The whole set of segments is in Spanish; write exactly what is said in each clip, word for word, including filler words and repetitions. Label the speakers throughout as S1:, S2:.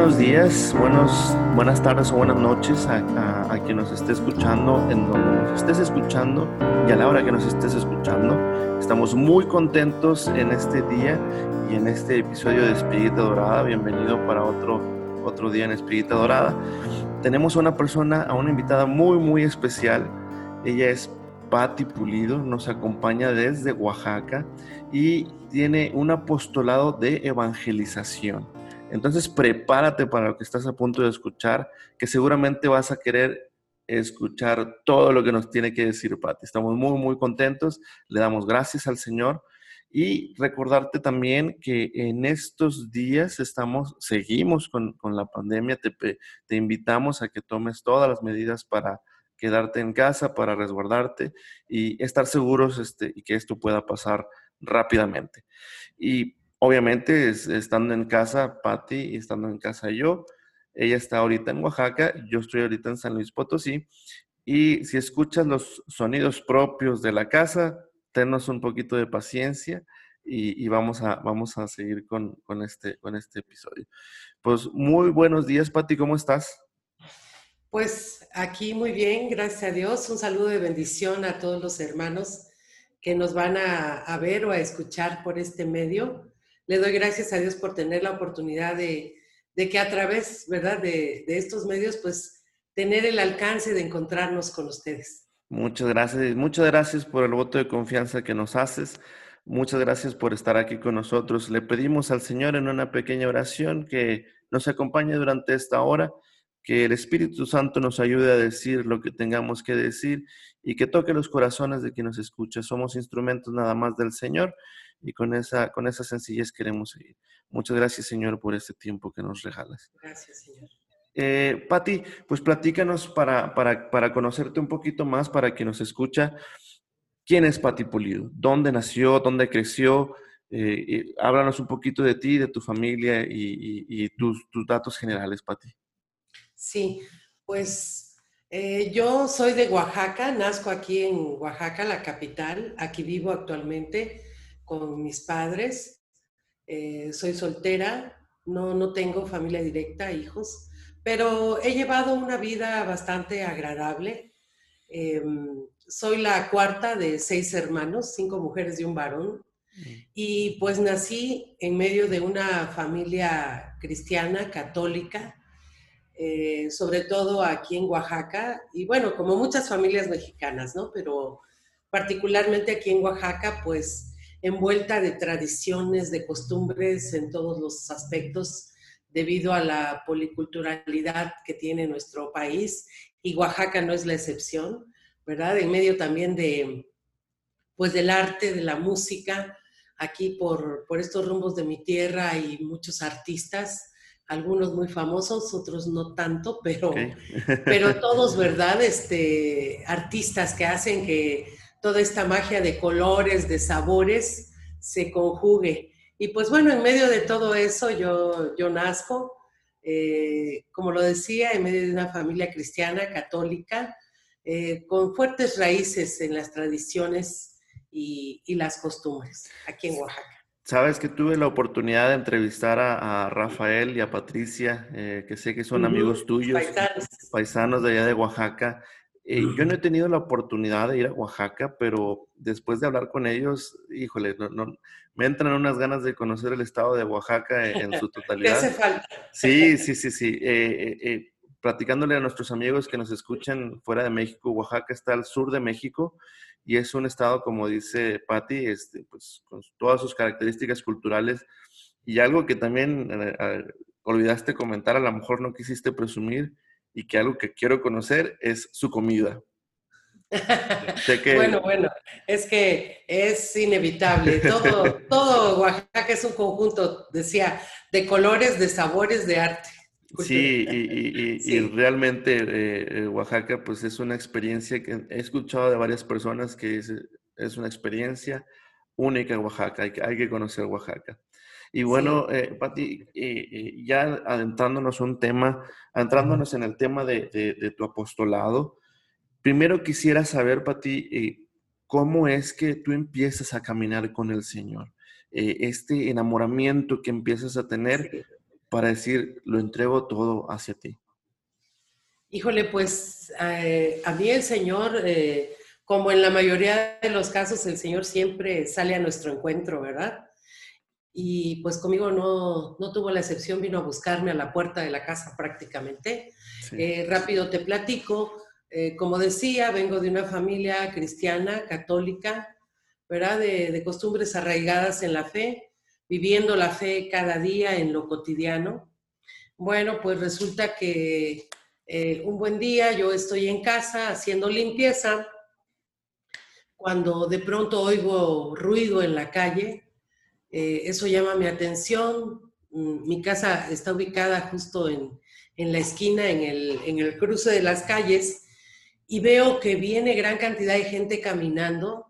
S1: buenos días, buenos, buenas tardes o buenas noches a, a, a quien nos esté escuchando, en donde nos estés escuchando y a la hora que nos estés escuchando. Estamos muy contentos en este día y en este episodio de Espiguita Dorada. Bienvenido para otro, otro día en Espiguita Dorada. Tenemos a una persona, a una invitada muy, muy especial. Ella es Patti Pulido, nos acompaña desde Oaxaca y tiene un apostolado de evangelización. Entonces prepárate para lo que estás a punto de escuchar, que seguramente vas a querer escuchar todo lo que nos tiene que decir Patti. Estamos muy, muy contentos, le damos gracias al Señor y recordarte también que en estos días estamos, seguimos con, con la pandemia. Te, te invitamos a que tomes todas las medidas para quedarte en casa, para resguardarte y estar seguros este, y que esto pueda pasar rápidamente. Y obviamente, es, estando en casa, Patti, y estando en casa yo, ella está ahorita en Oaxaca, yo estoy ahorita en San Luis Potosí, y si escuchas los sonidos propios de la casa, tennos un poquito de paciencia y, y vamos, a, vamos a seguir con, con, este, con este episodio. Pues muy buenos días, Patti, ¿cómo estás?
S2: Pues aquí muy bien, gracias a Dios. Un saludo de bendición a todos los hermanos que nos van a, a ver o a escuchar por este medio. Le doy gracias a Dios por tener la oportunidad de, de que a través, ¿verdad?, de, de estos medios, pues tener el alcance de encontrarnos con ustedes.
S1: Muchas gracias, muchas gracias por el voto de confianza que nos haces. Muchas gracias por estar aquí con nosotros. Le pedimos al Señor en una pequeña oración que nos acompañe durante esta hora, que el Espíritu Santo nos ayude a decir lo que tengamos que decir y que toque los corazones de quien nos escucha. Somos instrumentos nada más del Señor y con esa, con esa sencillez queremos seguir. Muchas gracias, Señor, por este tiempo que nos regalas.
S2: Gracias, Señor.
S1: Eh, Patti, pues platícanos para, para, para conocerte un poquito más, para quien nos escucha. ¿Quién es Patti Pulido? ¿Dónde nació? ¿Dónde creció? Eh, y háblanos un poquito de ti, de tu familia y, y, y tus, tus datos generales, Patti.
S2: Sí, pues eh, yo soy de Oaxaca, nazco aquí en Oaxaca, la capital. Aquí vivo actualmente con mis padres. Eh, soy soltera, no, no tengo familia directa, hijos, pero he llevado una vida bastante agradable. Eh, Soy la cuarta de seis hermanos, cinco mujeres y un varón,
S1: Mm.
S2: y pues nací en medio de una familia cristiana, católica, eh, sobre todo aquí en Oaxaca, y bueno, como muchas familias mexicanas, ¿no? Pero particularmente aquí en Oaxaca, pues envuelta de tradiciones, de costumbres en todos los aspectos, debido a la policulturalidad que tiene nuestro país, y Oaxaca no es la excepción, ¿verdad? En medio también de, pues del arte, de la música. Aquí por, por estos rumbos de mi tierra hay muchos artistas, algunos muy famosos, otros no tanto, pero,
S1: Okay.
S2: pero todos, ¿verdad? Este, artistas que hacen que toda esta magia de colores, de sabores, se conjugue. Y pues bueno, en medio de todo eso yo, yo nazco, eh, como lo decía, en medio de una familia cristiana, católica, eh, con fuertes raíces en las tradiciones y, y las costumbres aquí en Oaxaca.
S1: Sabes que tuve la oportunidad de entrevistar a, a Rafael y a Patricia, eh, que sé que son
S2: Uh-huh.
S1: amigos tuyos,
S2: Paisanos.
S1: paisanos de allá de Oaxaca. Eh, yo no he tenido la oportunidad de ir a Oaxaca, pero después de hablar con ellos, híjole, no, no, me entran unas ganas de conocer el estado de Oaxaca en, en su
S2: ¿Qué hace
S1: totalidad.
S2: falta?
S1: Sí, sí, sí, sí. Eh, eh, eh, platicándole a nuestros amigos que nos escuchan fuera de México, Oaxaca está al sur de México y es un estado, como dice Patti, este, pues, con todas sus características culturales y algo que también eh, eh, olvidaste comentar, a lo mejor no quisiste presumir y que algo que quiero conocer es su comida. Sé que...
S2: Bueno, bueno, es que es inevitable. Todo, todo Oaxaca es un conjunto, decía, de colores, de sabores, de arte, cultura.
S1: Sí, y, y- y- y
S2: Sí,
S1: realmente eh, eh, Oaxaca pues es una experiencia que he escuchado de varias personas que es, es una experiencia única en Oaxaca, hay que, hay que conocer Oaxaca. Y
S2: sí.
S1: bueno, eh, Pati, eh, eh, ya adentrándonos un tema, adentrándonos en el tema de, de- de tu apostolado, primero quisiera saber, Pati, eh, cómo es que tú empiezas a caminar con el Señor. Eh, este enamoramiento que empiezas a tener,
S2: Sí.
S1: para decir, lo entrego todo hacia ti?
S2: Híjole, pues eh, a mí el Señor, eh, como en la mayoría de los casos, el Señor siempre sale a nuestro encuentro, ¿verdad? Y pues conmigo no, no tuvo la excepción, vino a buscarme a la puerta de la casa prácticamente.
S1: Sí.
S2: Eh, rápido te platico, eh, como decía, vengo de una familia cristiana, católica, ¿verdad? De, de costumbres arraigadas en la fe, viviendo la fe cada día en lo cotidiano. Bueno, pues resulta que eh, un buen día yo estoy en casa haciendo limpieza, cuando de pronto oigo ruido en la calle. Eh, eso llama mi atención. Mm, Mi casa está ubicada justo en, en la esquina, en el, en el cruce de las calles, y veo que viene gran cantidad de gente caminando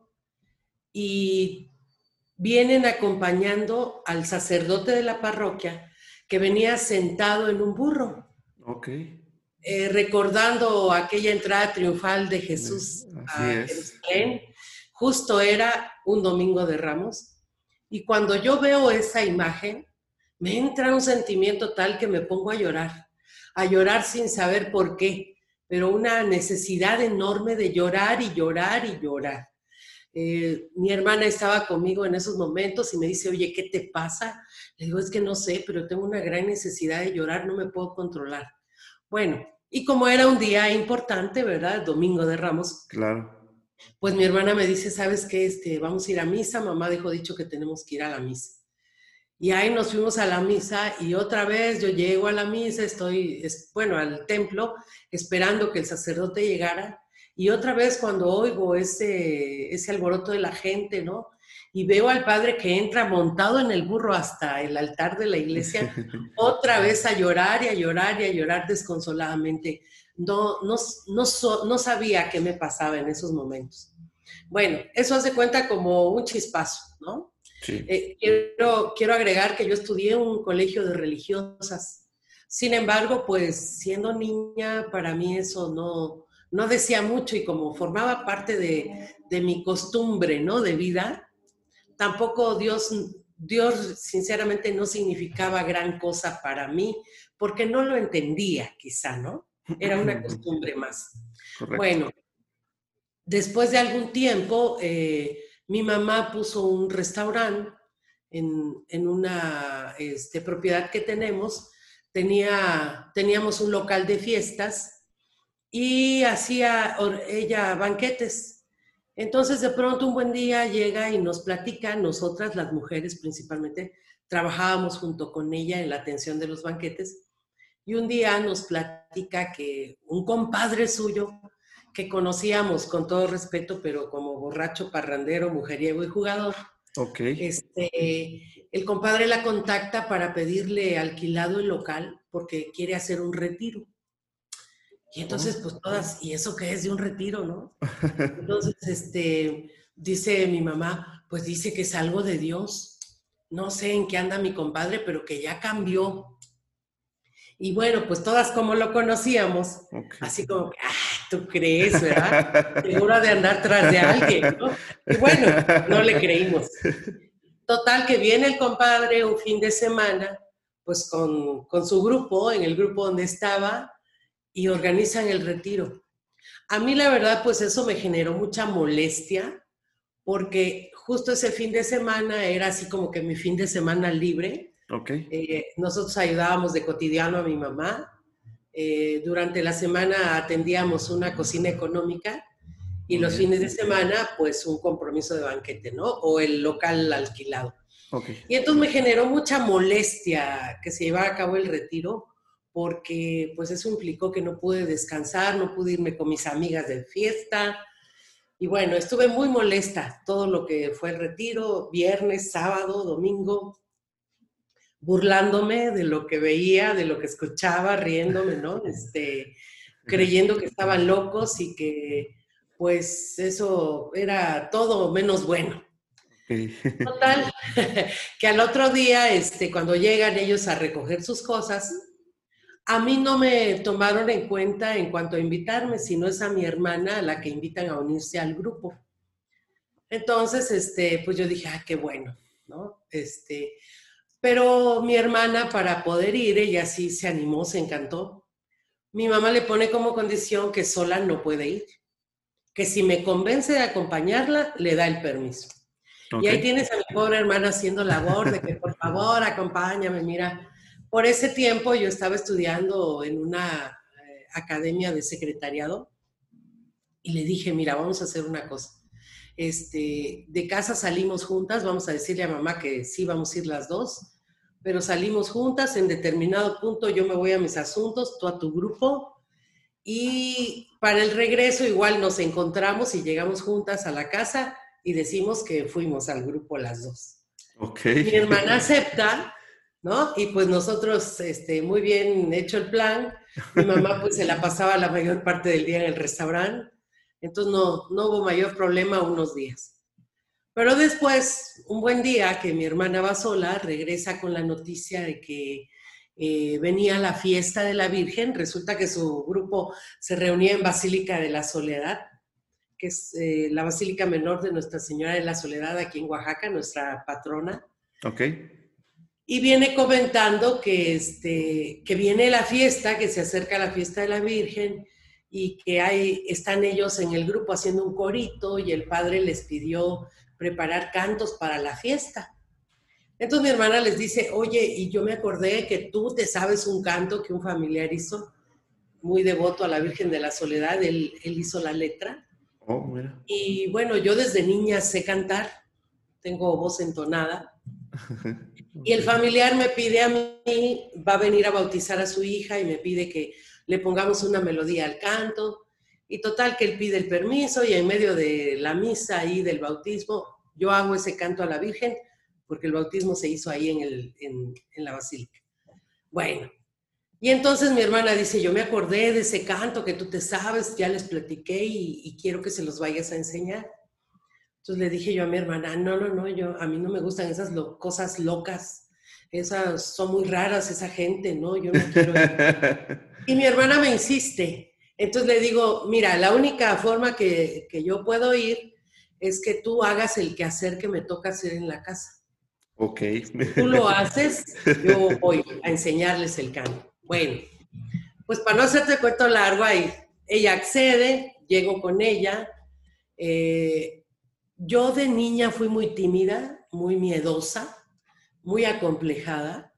S2: y vienen acompañando al sacerdote de la parroquia que venía sentado en un burro,
S1: Ok.
S2: eh, recordando aquella entrada triunfal de Jesús
S1: Así
S2: a
S1: es.
S2: Jerusalén. Justo era un domingo de Ramos. Y cuando yo veo esa imagen, me entra un sentimiento tal que me pongo a llorar, a llorar sin saber por qué, pero una necesidad enorme de llorar y llorar y llorar. Eh, mi hermana estaba conmigo en esos momentos y me dice, oye, ¿qué te pasa? Le digo, es que no sé, pero tengo una gran necesidad de llorar, no me puedo controlar. Bueno, y como era un día importante, ¿verdad? Domingo de Ramos,
S1: Claro.
S2: pues mi hermana me dice, ¿sabes qué? Este, vamos a ir a misa, mamá dejó dicho que tenemos que ir a la misa. Y ahí nos fuimos a la misa y otra vez yo llego a la misa, estoy, es, bueno, al templo, esperando que el sacerdote llegara. Y otra vez cuando oigo ese, ese alboroto de la gente, ¿no? Y veo al padre que entra montado en el burro hasta el altar de la iglesia, otra vez a llorar y a llorar y a llorar desconsoladamente. No, no, no, so, no sabía qué me pasaba en esos momentos. Bueno, eso hace cuenta como un chispazo, ¿no?
S1: Sí.
S2: Eh, quiero, quiero agregar que yo estudié en un colegio de religiosas. Sin embargo, pues siendo niña, para mí eso no, no decía mucho y como formaba parte de, de mi costumbre, ¿no? De vida, tampoco Dios, Dios sinceramente no significaba gran cosa para mí, porque no lo entendía quizá, ¿no? Era una costumbre más.
S1: Correcto.
S2: Bueno, después de algún tiempo, eh, mi mamá puso un restaurante en, en una este, propiedad que tenemos. Tenía, teníamos un local de fiestas y hacía ella banquetes. Entonces, de pronto, un buen día llega y nos platica, nosotras, las mujeres principalmente, trabajábamos junto con ella en la atención de los banquetes, y un día nos platica que un compadre suyo, que conocíamos con todo respeto, pero como borracho, parrandero, mujeriego y jugador,
S1: Ok.
S2: este, el compadre la contacta para pedirle alquilado el local porque quiere hacer un retiro. Y entonces, pues todas, ¿y eso qué es de un retiro, no? Entonces, este, dice mi mamá, pues dice que es algo de Dios. No sé en qué anda mi compadre, pero que ya cambió. Y bueno, pues todas como lo conocíamos,
S1: Okay.
S2: así como, ah, ¿tú crees, verdad? Seguro de andar tras de alguien, ¿no? Y bueno, no le creímos. Total, que viene el compadre un fin de semana, pues con, con su grupo, en el grupo donde estaba, y organizan el retiro. A mí la verdad, pues eso me generó mucha molestia, porque justo ese fin de semana era así como que mi fin de semana libre.
S1: Okay.
S2: Eh, nosotros ayudábamos de cotidiano a mi mamá. Eh, durante la semana atendíamos una cocina económica y
S1: Muy
S2: los
S1: bien.
S2: fines de semana, pues un compromiso de banquete, ¿no? O el local alquilado.
S1: Okay.
S2: Y entonces me generó mucha molestia que se llevara a cabo el retiro, porque pues eso implicó que no pude descansar, no pude irme con mis amigas de fiesta. Y bueno, estuve muy molesta todo lo que fue el retiro, viernes, sábado, domingo, burlándome de lo que veía, de lo que escuchaba, riéndome, ¿no? Este, creyendo que estaban locos y que pues eso era todo menos bueno.
S1: Okay.
S2: Total, que al otro día, este, cuando llegan ellos a recoger sus cosas, a mí no me tomaron en cuenta en cuanto a invitarme, sino es a mi hermana a la que invitan a unirse al grupo. Entonces, este, pues yo dije, ah, qué bueno, ¿no? Este, Pero mi hermana, para poder ir, ella sí se animó, se encantó. Mi mamá le pone como condición que sola no puede ir, que si me convence de acompañarla, le da el permiso. Y
S1: Ok.
S2: ahí tienes a mi pobre hermana haciendo labor de que por favor acompáñame, mira. Por ese tiempo yo estaba estudiando en una eh, academia de secretariado y le dije, mira, vamos a hacer una cosa. Este, de casa salimos juntas, vamos a decirle a mamá que sí vamos a ir las dos, pero salimos juntas, en determinado punto yo me voy a mis asuntos, tú a tu grupo, y para el regreso igual nos encontramos y llegamos juntas a la casa y decimos que fuimos al grupo las dos.
S1: Ok.
S2: Mi hermana acepta, ¿no? Y pues nosotros, este, muy bien hecho el plan, mi mamá pues se la pasaba la mayor parte del día en el restaurante, entonces no, no hubo mayor problema unos días. Pero después, un buen día que mi hermana va sola, regresa con la noticia de que eh, venía la fiesta de la Virgen. Resulta que su grupo se reunía en Basílica de la Soledad, que es eh, la Basílica Menor de Nuestra Señora de la Soledad aquí en Oaxaca, nuestra patrona.
S1: Ok.
S2: Y viene comentando que, este, que viene la fiesta, que se acerca la fiesta de la Virgen y que hay, están ellos en el grupo haciendo un corito y el padre les pidió preparar cantos para la fiesta. Entonces mi hermana les dice, oye, y yo me acordé que tú te sabes un canto que un familiar hizo, muy devoto a la Virgen de la Soledad, él, él hizo la letra.
S1: Oh, mira.
S2: Y bueno, yo desde niña sé cantar, tengo voz entonada. Y el familiar me pide a mí, va a venir a bautizar a su hija y me pide que le pongamos una melodía al canto. Y total que él pide el permiso y en medio de la misa y del bautismo, yo hago ese canto a la Virgen porque el bautismo se hizo ahí en, el, en, en la basílica. Bueno, y entonces mi hermana dice, yo me acordé de ese canto que tú te sabes, ya les platiqué y, y quiero que se los vayas a enseñar. Entonces le dije yo a mi hermana, no, no, no, yo, a mí no me gustan esas lo, cosas locas, esas son muy raras, esa gente, ¿no? Yo no quiero ir. Y mi hermana me insiste. Entonces le digo, mira, la única forma que, que yo puedo ir es que tú hagas el quehacer que me toca hacer en la casa.
S1: Ok.
S2: Si tú lo haces, yo voy a enseñarles el canto. Bueno, pues para no hacerte cuento largo, ahí ella accede, llego con ella. Eh, yo de niña fui muy tímida, muy miedosa, muy acomplejada,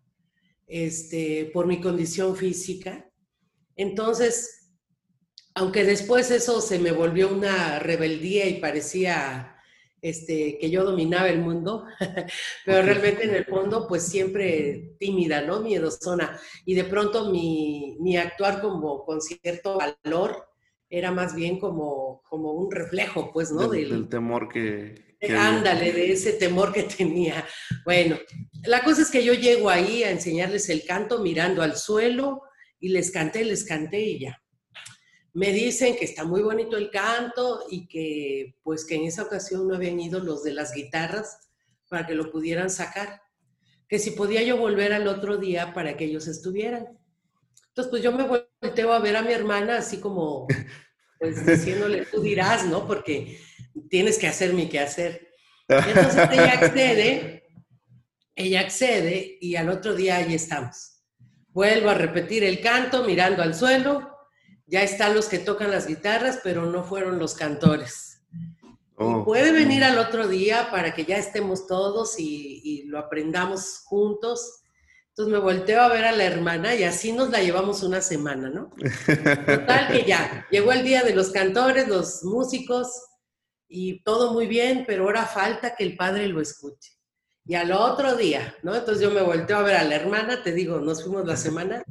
S2: este, por mi condición física. Entonces, aunque después eso se me volvió una rebeldía y parecía este, que yo dominaba el mundo, pero
S1: Ok.
S2: realmente en el fondo pues siempre tímida, ¿no? Miedosona. Y de pronto mi, mi actuar como con cierto valor era más bien como, como un reflejo, pues, ¿no?
S1: Del, del
S2: Del,
S1: temor que, que había.
S2: ándale, de ese temor que tenía. Bueno, la cosa es que yo llego ahí a enseñarles el canto mirando al suelo y les canté, les canté y ya. Me dicen que está muy bonito el canto y que pues que en esa ocasión no habían ido los de las guitarras para que lo pudieran sacar, que si podía yo volver al otro día para que ellos estuvieran. Entonces pues yo me volteo a ver a mi hermana así como pues diciéndole, tú dirás, ¿no? Porque tienes que hacer mi quehacer. Y entonces ella accede, ella accede y al otro día ahí estamos. Vuelvo a repetir el canto mirando al suelo. Ya están los que tocan las guitarras, pero no fueron los cantores. Y
S1: Oh.
S2: puede venir al otro día para que ya estemos todos y, y lo aprendamos juntos. Entonces me volteo a ver a la hermana y así nos la llevamos una semana, ¿no? Total que ya, llegó el día de los cantores, los músicos y todo muy bien, pero ahora falta que el padre lo escuche. Y al otro día, ¿no? Entonces yo me volteo a ver a la hermana, te digo, nos fuimos la semana.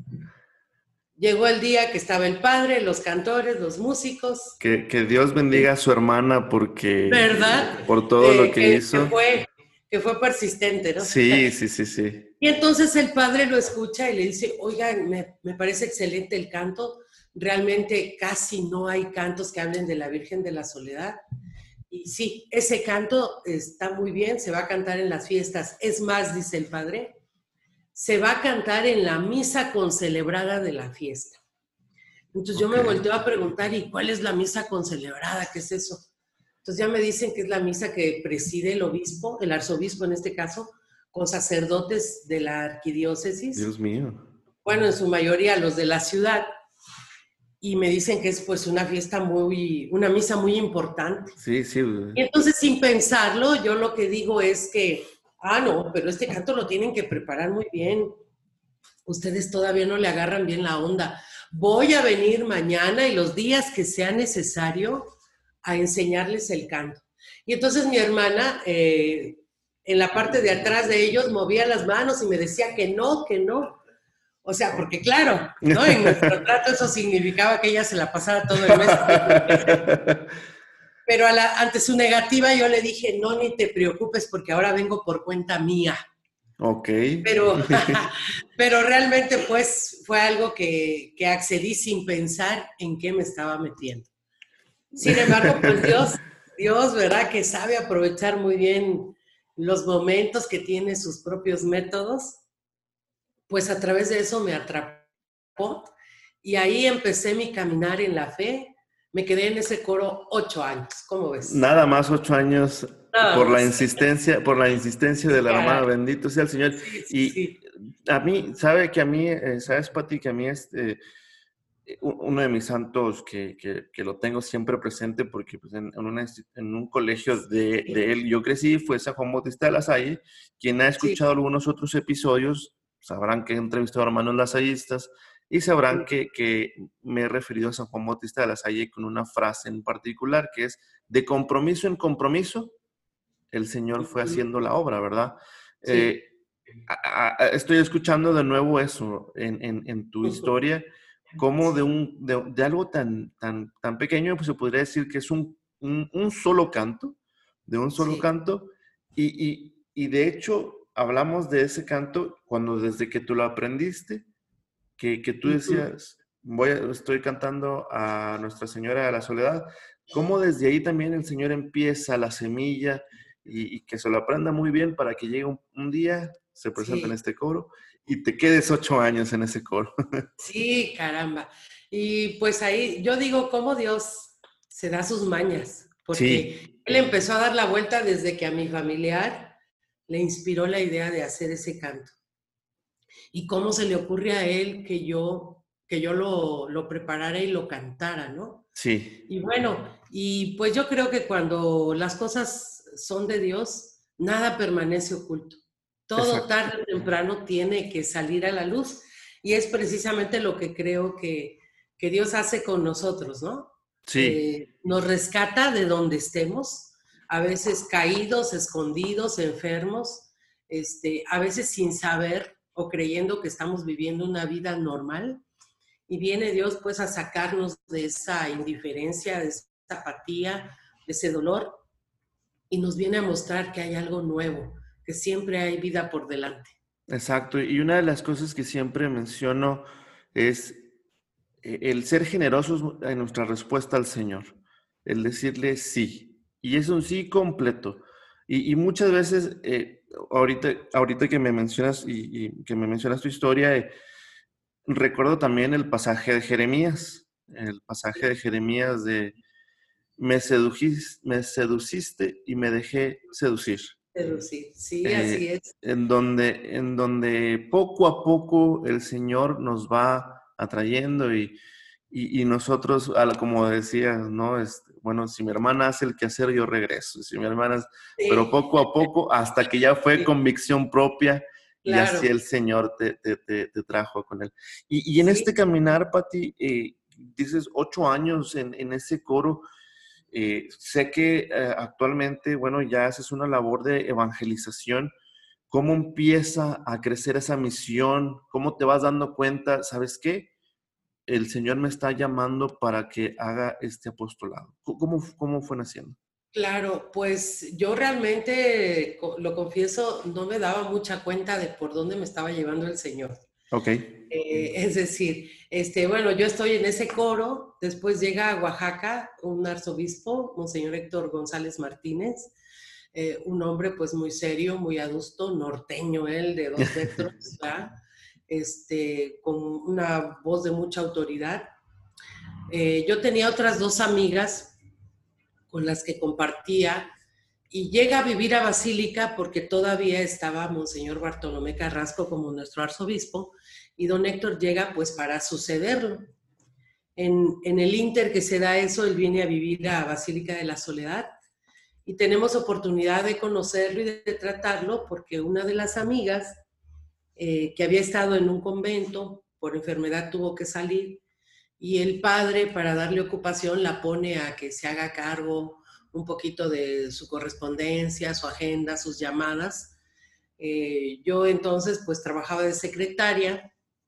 S2: Llegó el día que estaba el padre, los cantores, los músicos.
S1: Que, que Dios bendiga a su hermana porque
S2: ¿Verdad?
S1: por todo lo
S2: Eh,
S1: que
S2: que, que,
S1: hizo.
S2: fue, que fue persistente, ¿no?
S1: Sí, sí, sí, sí.
S2: Y entonces el padre lo escucha y le dice, oiga, me, me parece excelente el canto, realmente casi no hay cantos que hablen de la Virgen de la Soledad. Y sí, ese canto está muy bien, se va a cantar en las fiestas. Es más, dice el padre, se va a cantar en la misa concelebrada de la fiesta. Entonces yo
S1: Ok.
S2: me volteo a preguntar, ¿y cuál es la misa concelebrada? ¿Qué es eso? Entonces ya me dicen que es la misa que preside el obispo, el arzobispo en este caso, con sacerdotes de la arquidiócesis,
S1: Dios mío.
S2: bueno, en su mayoría los de la ciudad, y me dicen que es pues una fiesta muy, una misa muy importante.
S1: Sí, sí.
S2: Y entonces, sin pensarlo, yo lo que digo es que, ah, no, pero este canto lo tienen que preparar muy bien. Ustedes todavía no le agarran bien la onda. Voy a venir mañana y los días que sea necesario a enseñarles el canto. Y entonces mi hermana, eh, en la parte de atrás de ellos, movía las manos y me decía que no, que no. O sea, porque claro, ¿no? En nuestro trato eso significaba que ella se la pasara todo el mes. Pero a la, ante su negativa yo le dije, no, ni te preocupes porque ahora vengo por cuenta mía.
S1: Ok.
S2: Pero, pero realmente pues fue algo que, que accedí sin pensar en qué me estaba metiendo. Sin embargo, pues Dios, Dios, ¿verdad? Que sabe aprovechar muy bien los momentos, que tiene sus propios métodos, pues a través de eso me atrapó y ahí empecé mi caminar en la fe. Me quedé en ese coro ocho años, ¿cómo ves?
S1: Nada más ocho años
S2: Nada
S1: por la
S2: más.
S1: insistencia, por la insistencia de
S2: Sí,
S1: la hermana,
S2: caray.
S1: bendito sea el Señor.
S2: Sí, sí,
S1: Y
S2: sí.
S1: a mí, sabe que a mí, eh, sabes, Pati, que a mí este, eh, uno de mis santos que, que, que lo tengo siempre presente porque pues, en, en, una, en un colegio de, de él yo crecí, fue San Juan Bautista de la Salle. Quien ha
S2: Sí,
S1: escuchado algunos otros episodios sabrán que he entrevistado a hermanos lasallistas y sabrán
S2: sí.
S1: que, que me he referido a San Juan Bautista de la Salle con una frase en particular que es: de compromiso en compromiso, el Señor fue haciendo la obra, ¿verdad?
S2: Sí.
S1: Eh, a, a, estoy escuchando de nuevo eso en, en, en tu historia, como de, un, de, de algo tan, tan, tan pequeño, pues se podría decir que es un, un, un solo canto, de un solo
S2: Sí.
S1: canto, y, y, y de hecho hablamos de ese canto cuando desde que tú lo aprendiste, que, que tú decías, voy a, estoy cantando a Nuestra Señora de la Soledad, cómo desde ahí también el Señor empieza la semilla y, y que se lo aprenda muy bien para que llegue un, un día, se presente en
S2: Sí.
S1: este coro y te quedes ocho años en ese coro.
S2: Sí, caramba. Y pues ahí yo digo cómo Dios se da sus mañas, porque
S1: Sí,
S2: Él empezó a dar la vuelta desde que a mi familiar le inspiró la idea de hacer ese canto. Y cómo se le ocurre a Él que yo, que yo lo, lo preparara y lo cantara, ¿no?
S1: sí,
S2: Y bueno, y pues yo creo que cuando las cosas son de Dios, nada permanece oculto. Todo
S1: exacto.
S2: tarde o temprano tiene que salir a la luz. Y es precisamente lo que creo que, que Dios hace con nosotros, ¿no?
S1: Sí,
S2: Eh, nos rescata de donde estemos, a veces caídos, escondidos, enfermos, este, a veces sin saber o creyendo que estamos viviendo una vida normal, y viene Dios pues a sacarnos de esa indiferencia, de esa apatía, de ese dolor, y nos viene a mostrar que hay algo nuevo, que siempre hay vida por delante.
S1: exacto. Y una de las cosas que siempre menciono es eh, el ser generosos en nuestra respuesta al Señor, el decirle sí, y es un sí completo. Y, y muchas veces, eh, ahorita, ahorita que me mencionas y, y que me mencionas tu historia, eh, recuerdo también el pasaje de Jeremías, el pasaje de Jeremías de me sedujiste, me seduciste y me dejé seducir.
S2: Seducir, sí, así
S1: Eh,
S2: es.
S1: en donde, en donde poco a poco el Señor nos va atrayendo y, y, y nosotros, como decías, ¿no? Este, bueno, si mi hermana hace el quehacer, yo regreso. Si mi hermana, pero
S2: Sí,
S1: poco a poco, hasta que ya fue
S2: sí,
S1: convicción propia y así
S2: claro,
S1: el Señor te, te, te, te trajo con él. Y, y en este
S2: sí.
S1: caminar, Pati, eh, dices ocho años en, en ese coro. Eh, sé que eh, actualmente, bueno, ya haces una labor de evangelización. ¿Cómo empieza a crecer esa misión? ¿Cómo te vas dando cuenta? ¿Sabes qué? El Señor me está llamando para que haga este apostolado. ¿Cómo, cómo fue naciendo?
S2: Claro, pues yo realmente, lo confieso, no me daba mucha cuenta de por dónde me estaba llevando el Señor.
S1: Ok.
S2: Eh, es decir, este, bueno, yo estoy en ese coro, después llega a Oaxaca un arzobispo, Monseñor Héctor González Martínez, eh, un hombre pues muy serio, muy adusto, norteño él, de dos metros, ¿verdad? Este, con una voz de mucha autoridad. Eh, yo tenía otras dos amigas con las que compartía y llega a vivir a Basílica porque todavía estaba Monseñor Bartolomé Carrasco como nuestro arzobispo, y don Héctor llega pues para sucederlo. En, en el ínter que se da eso, él viene a vivir a Basílica de la Soledad, y tenemos oportunidad de conocerlo y de, de tratarlo porque una de las amigas eh, que había estado en un convento, por enfermedad tuvo que salir, y el padre, para darle ocupación, la pone a que se haga cargo un poquito de su correspondencia, su agenda, sus llamadas. Eh, yo entonces pues trabajaba de secretaria,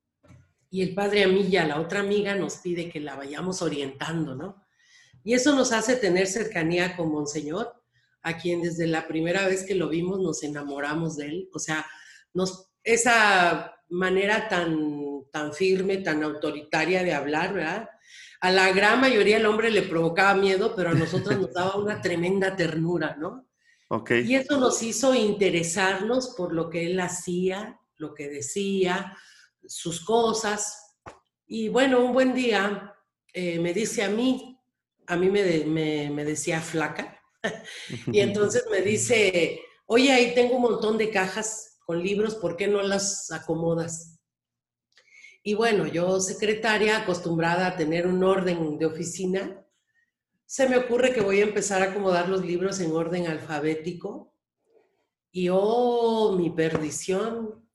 S2: y el padre a mí y a la otra amiga nos pide que la vayamos orientando, ¿no? Y eso nos hace tener cercanía con Monseñor, a quien desde la primera vez que lo vimos nos enamoramos de él. O sea, nos, esa manera tan, tan firme, tan autoritaria de hablar, ¿verdad? A la gran mayoría el hombre le provocaba miedo, pero a nosotros nos daba una tremenda ternura, ¿no?
S1: Okay.
S2: Y eso nos hizo interesarnos por lo que él hacía, lo que decía, sus cosas. Y bueno, un buen día eh, me dice a mí, a mí me, de, me, me decía flaca, y entonces me dice, oye, ahí tengo un montón de cajas con libros, ¿por qué no las acomodas? Y bueno, yo secretaria, acostumbrada a tener un orden de oficina, se me ocurre que voy a empezar a acomodar los libros en orden alfabético, y oh, mi perdición,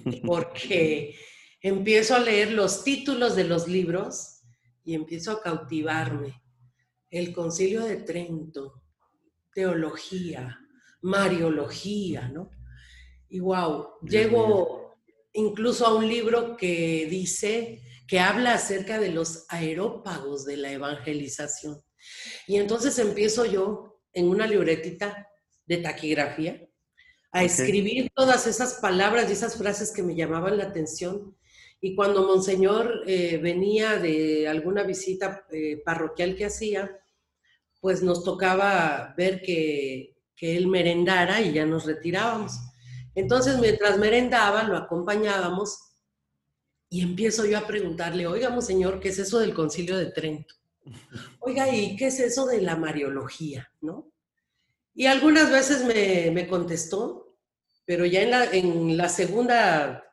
S2: porque empiezo a leer los títulos de los libros y empiezo a cautivarme. El Concilio de Trento, teología, mariología, ¿no? Y wow, llego incluso a un libro que dice, que habla acerca de los aerópagos de la evangelización. Y entonces empiezo yo en una libretita de taquigrafía a okay. escribir todas esas palabras y esas frases que me llamaban la atención. Y cuando Monseñor eh, venía de alguna visita eh, parroquial que hacía, pues nos tocaba ver que, que él merendara y ya nos retirábamos. Entonces, mientras merendaba, lo acompañábamos y empiezo yo a preguntarle, oiga, Monseñor, ¿qué es eso del Concilio de Trento? Oiga, ¿y qué es eso de la mariología? ¿No? Y algunas veces me, me contestó, pero ya en la, en la segunda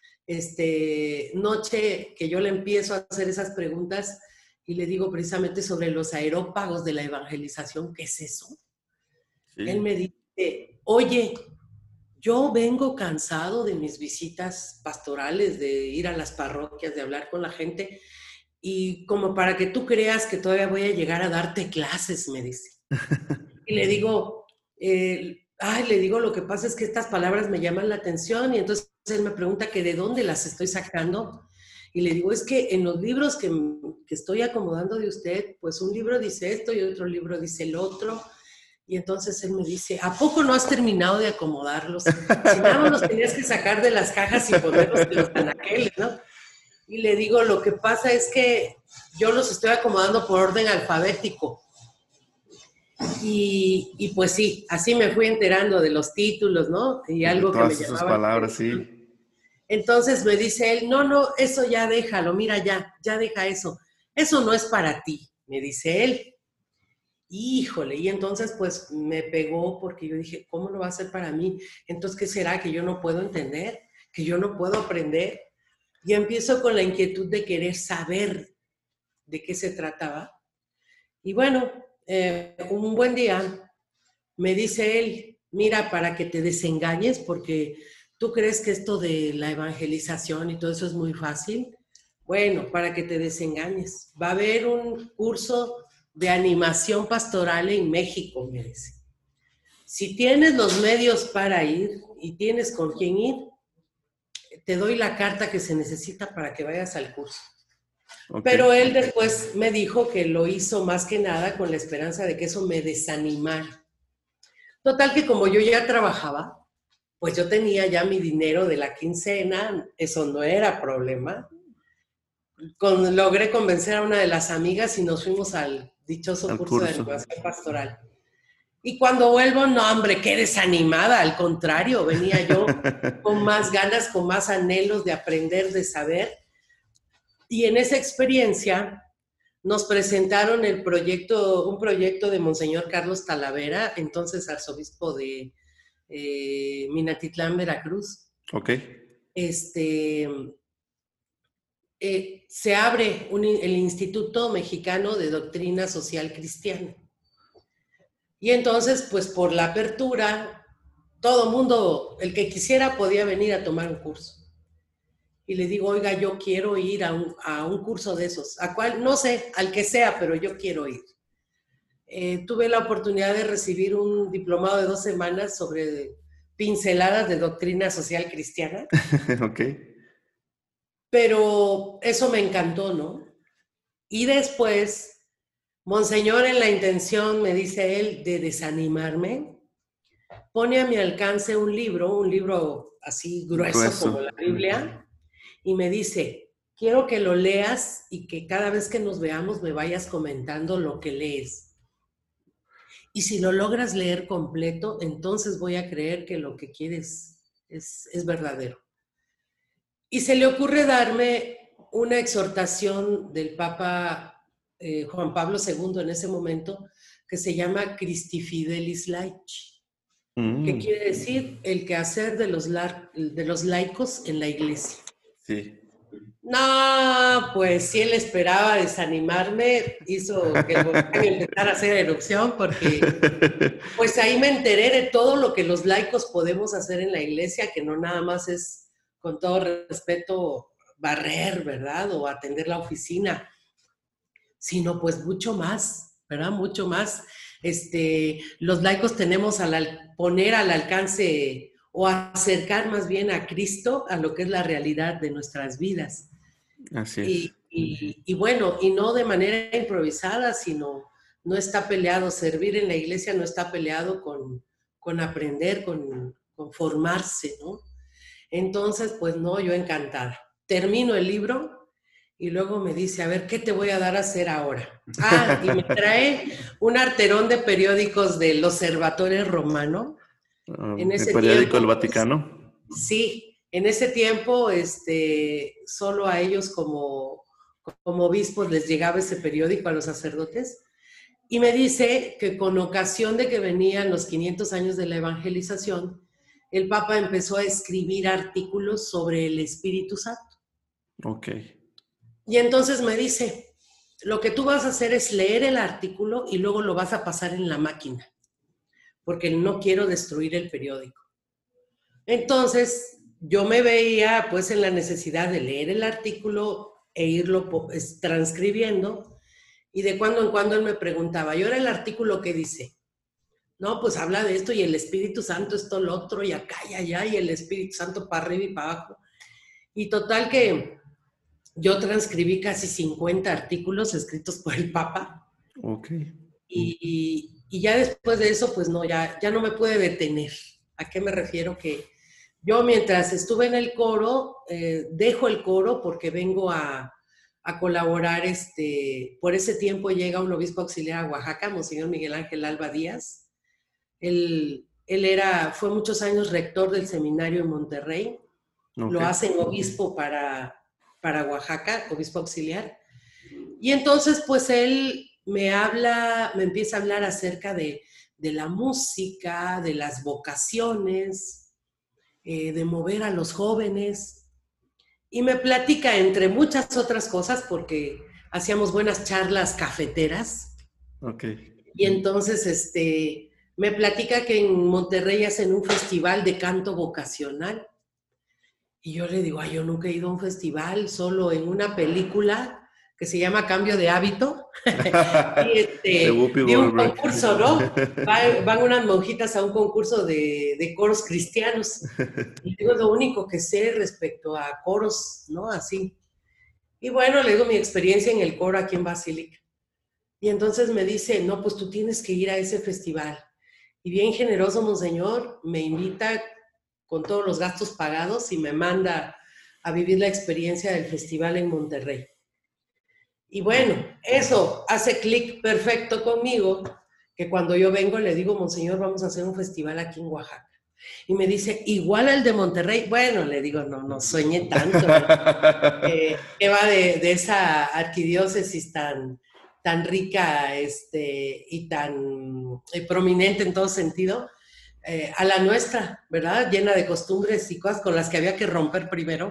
S2: este, noche que yo le empiezo a hacer esas preguntas y le digo precisamente sobre los aerópagos de la evangelización, ¿qué es eso? Sí. Él me dice, oye, yo vengo cansado de mis visitas pastorales, de ir a las parroquias, de hablar con la gente, y como para que tú creas que todavía voy a llegar a darte clases, me dice. Y le digo, eh, ay, le digo, lo que pasa es que estas palabras me llaman la atención, y entonces él me pregunta que de dónde las estoy sacando, y le digo, es que en los libros que, que estoy acomodando de usted, pues un libro dice esto y otro libro dice el otro, y entonces él me dice, ¿a poco no has terminado de acomodarlos? Si nada más los tenías que sacar de las cajas y ponerlos en los anaqueles, ¿no? Y le digo, lo que pasa es que yo los estoy acomodando por orden alfabético. Y, y pues sí, así me fui enterando de los títulos, ¿no? Y algo que me llamaba.
S1: Todas esas palabras, sí.
S2: Entonces me dice él, no, no, eso ya déjalo, mira ya, ya deja eso. Eso no es para ti, me dice él. Híjole, y entonces pues me pegó porque yo dije, ¿cómo lo va a hacer para mí? Entonces, ¿qué será? ¿Que yo no puedo entender? ¿Que yo no puedo aprender? Y empiezo con la inquietud de querer saber de qué se trataba. Y bueno, eh, un buen día me dice él, mira, para que te desengañes, porque tú crees que esto de la evangelización y todo eso es muy fácil. Bueno, para que te desengañes. Va a haber un curso de animación pastoral en México, me dice. Si tienes los medios para ir y tienes con quién ir, te doy la carta que se necesita para que vayas al curso. Okay. Pero él después me dijo que lo hizo más que nada con la esperanza de que eso me desanimara. Total que como yo ya trabajaba, pues yo tenía ya mi dinero de la quincena, eso no era problema. Con, logré convencer a una de las amigas y nos fuimos al dichoso curso, curso de animación pastoral. Y cuando vuelvo, no, hombre, qué desanimada, al contrario, venía yo con más ganas, con más anhelos de aprender, de saber. Y en esa experiencia nos presentaron el proyecto, un proyecto de Monseñor Carlos Talavera, entonces arzobispo de eh, Minatitlán, Veracruz.
S1: Ok.
S2: Este, eh, se abre un, el Instituto Mexicano de Doctrina Social Cristiana. Y entonces, pues por la apertura, todo mundo, el que quisiera, podía venir a tomar un curso. Y le digo, oiga, yo quiero ir a un, a un curso de esos. ¿A cuál? No sé, al que sea, pero yo quiero ir. Eh, tuve la oportunidad de recibir un diplomado de dos semanas sobre pinceladas de doctrina social cristiana.
S1: Ok.
S2: Pero eso me encantó, ¿no? Y después, Monseñor, en la intención, me dice él, de desanimarme, pone a mi alcance un libro, un libro así grueso, grueso. como la Biblia, y me dice, quiero que lo leas y que cada vez que nos veamos me vayas comentando lo que lees. Y si lo logras leer completo, entonces voy a creer que lo que quieres es, es verdadero. Y se le ocurre darme una exhortación del Papa eh, Juan Pablo segundo en ese momento, que se llama Christi Fidelis Laici, mm. que quiere decir el quehacer de los, la, de los laicos en la iglesia.
S1: Sí.
S2: No, pues si él esperaba desanimarme, hizo que el volcán empezara a hacer erupción, porque pues ahí me enteré de todo lo que los laicos podemos hacer en la iglesia, que no nada más es, con todo respeto, barrer, ¿verdad? O atender la oficina, sino pues mucho más, ¿verdad? Mucho más. Este, los laicos tenemos al poner al alcance o acercar más bien a Cristo a lo que es la realidad de nuestras vidas.
S1: Así es.
S2: Y, y, y bueno, y no de manera improvisada, sino no está peleado, servir en la iglesia no está peleado con, con aprender, con, con formarse, ¿no? Entonces, pues no, yo encantada. Termino el libro y luego me dice, a ver, ¿qué te voy a dar a hacer ahora? Ah, y me trae un arterón de periódicos del Observatorio Romano.
S1: Um, en ese ¿El periódico tiempo, del Vaticano?
S2: Pues, sí, en ese tiempo este, solo a ellos como, como obispos les llegaba ese periódico, a los sacerdotes. Y me dice que con ocasión de que venían los quinientos años de la evangelización, el Papa empezó a escribir artículos sobre el Espíritu Santo.
S1: Ok.
S2: Y entonces me dice, lo que tú vas a hacer es leer el artículo y luego lo vas a pasar en la máquina, porque no quiero destruir el periódico. Entonces, yo me veía pues en la necesidad de leer el artículo e irlo pues, transcribiendo, y de cuando en cuando él me preguntaba, ¿y ahora el artículo qué dice? No, pues habla de esto y el Espíritu Santo esto, lo otro, y acá y allá, y el Espíritu Santo para arriba y para abajo. Y total que yo transcribí casi cincuenta artículos escritos por el Papa.
S1: Ok.
S2: Y, y, y ya después de eso, pues no, ya, ya no me pude detener. ¿A qué me refiero? Que yo mientras estuve en el coro, eh, dejo el coro porque vengo a, a colaborar. Este, por ese tiempo llega un obispo auxiliar a Oaxaca, Monseñor Miguel Ángel Alba Díaz. Él, él era, fue muchos años rector del seminario en Monterrey. Okay. Lo hacen obispo para, para Oaxaca, obispo auxiliar. Y entonces, pues él me habla, me empieza a hablar acerca de, de la música, de las vocaciones, eh, de mover a los jóvenes. Y me platica, entre muchas otras cosas, porque hacíamos buenas charlas cafeteras.
S1: Okay.
S2: Y entonces, este... me platica que en Monterrey hacen un festival de canto vocacional. Y yo le digo, ay, yo nunca he ido a un festival, solo en una película que se llama Cambio de Hábito. Y este, vi un concurso, ¿no? Van, van unas monjitas a un concurso de, de coros cristianos. Y digo, lo único que sé respecto a coros, ¿no? Así. Y bueno, le digo mi experiencia en el coro aquí en Basílica. Y entonces me dice, no, pues tú tienes que ir a ese festival. Y bien generoso, Monseñor, me invita con todos los gastos pagados y me manda a vivir la experiencia del festival en Monterrey. Y bueno, eso hace clic perfecto conmigo, que cuando yo vengo le digo, Monseñor, vamos a hacer un festival aquí en Oaxaca. Y me dice, igual al de Monterrey. Bueno, le digo, no, no sueñe tanto, ¿no? eh, que va de, de esa arquidiócesis tan, tan rica este, y tan eh, prominente en todo sentido, eh, a la nuestra, ¿verdad? Llena de costumbres y cosas con las que había que romper primero.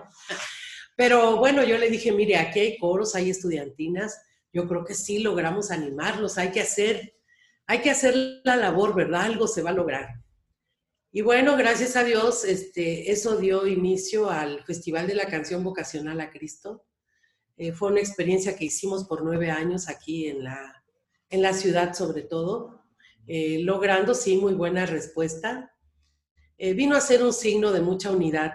S2: Pero bueno, yo le dije, mire, aquí hay coros, hay estudiantinas, yo creo que sí logramos animarlos, hay que hacer, hay que hacer la labor, ¿verdad? Algo se va a lograr. Y bueno, gracias a Dios, este, eso dio inicio al Festival de la Canción Vocacional a Cristo. Eh, fue una experiencia que hicimos por nueve años aquí en la, en la ciudad sobre todo, eh, logrando sí muy buena respuesta. Eh, vino a ser un signo de mucha unidad,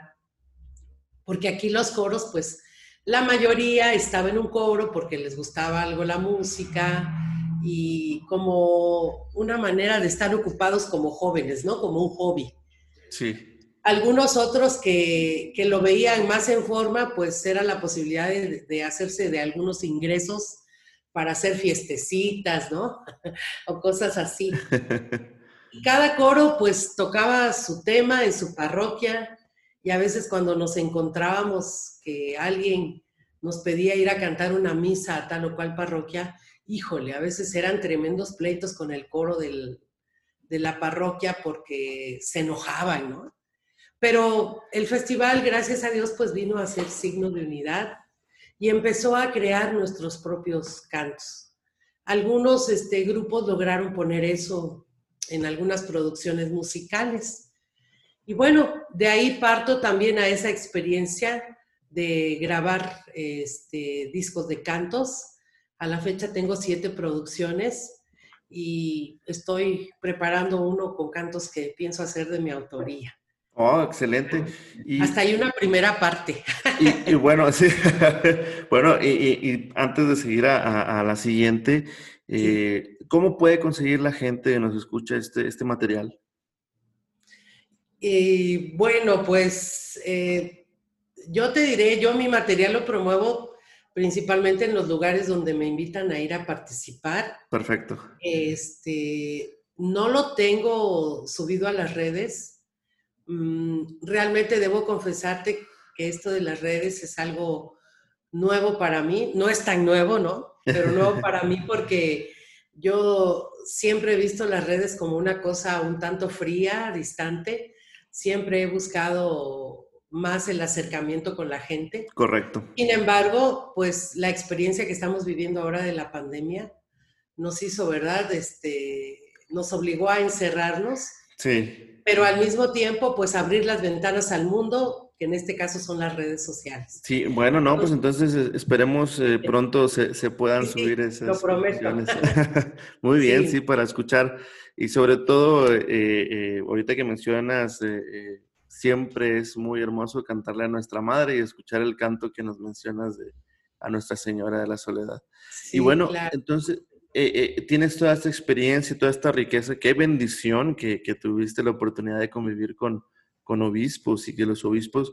S2: porque aquí los coros, pues la mayoría estaba en un coro porque les gustaba algo la música y como una manera de estar ocupados como jóvenes, ¿no? Como un hobby.
S1: Sí.
S2: Algunos otros que, que lo veían más en forma, pues era la posibilidad de, de hacerse de algunos ingresos para hacer fiestecitas, ¿no? O cosas así. Y cada coro pues tocaba su tema en su parroquia y a veces cuando nos encontrábamos que alguien nos pedía ir a cantar una misa a tal o cual parroquia, híjole, a veces eran tremendos pleitos con el coro del, de la parroquia porque se enojaban, ¿no? Pero el festival, gracias a Dios, pues vino a ser signo de unidad y empezó a crear nuestros propios cantos. Algunos este, grupos lograron poner eso en algunas producciones musicales. Y bueno, de ahí parto también a esa experiencia de grabar este, discos de cantos. A la fecha tengo siete producciones y estoy preparando uno con cantos que pienso hacer de mi autoría.
S1: Oh, excelente. Y,
S2: Hasta hay una primera parte.
S1: y, y bueno, sí. Bueno, y, y, y antes de seguir a, a, a la siguiente, eh,
S2: Sí.
S1: ¿cómo puede conseguir la gente que nos escucha este, este material?
S2: Y bueno, pues eh, yo te diré, yo mi material lo promuevo principalmente en los lugares donde me invitan a ir a participar.
S1: Perfecto.
S2: Este, no lo tengo subido a las redes. Realmente debo confesarte que esto de las redes es algo nuevo para mí. No es tan nuevo, ¿no? Pero nuevo para mí porque yo siempre he visto las redes como una cosa un tanto fría, distante. Siempre he buscado más el acercamiento con la gente.
S1: Correcto.
S2: Sin embargo, pues la experiencia que estamos viviendo ahora de la pandemia nos hizo, ¿verdad? Este, nos obligó a encerrarnos.
S1: Sí.
S2: Pero al mismo tiempo, pues abrir las ventanas al mundo, que en este caso son las redes sociales.
S1: Sí, bueno, no, pues entonces eh, esperemos eh, pronto se, se puedan
S2: Sí,
S1: subir
S2: sí, lo
S1: esas
S2: prometo.
S1: canciones. Muy bien, sí,
S2: Sí.
S1: para escuchar. Y sobre todo, eh, eh, ahorita que mencionas, eh, eh, siempre es muy hermoso cantarle a nuestra madre y escuchar el canto que nos mencionas de a Nuestra Señora de la Soledad. Y
S2: Sí,
S1: bueno,
S2: claro.
S1: entonces, eh, eh, tienes toda esta experiencia, toda esta riqueza. Qué bendición que, que tuviste la oportunidad de convivir con, con obispos y que los obispos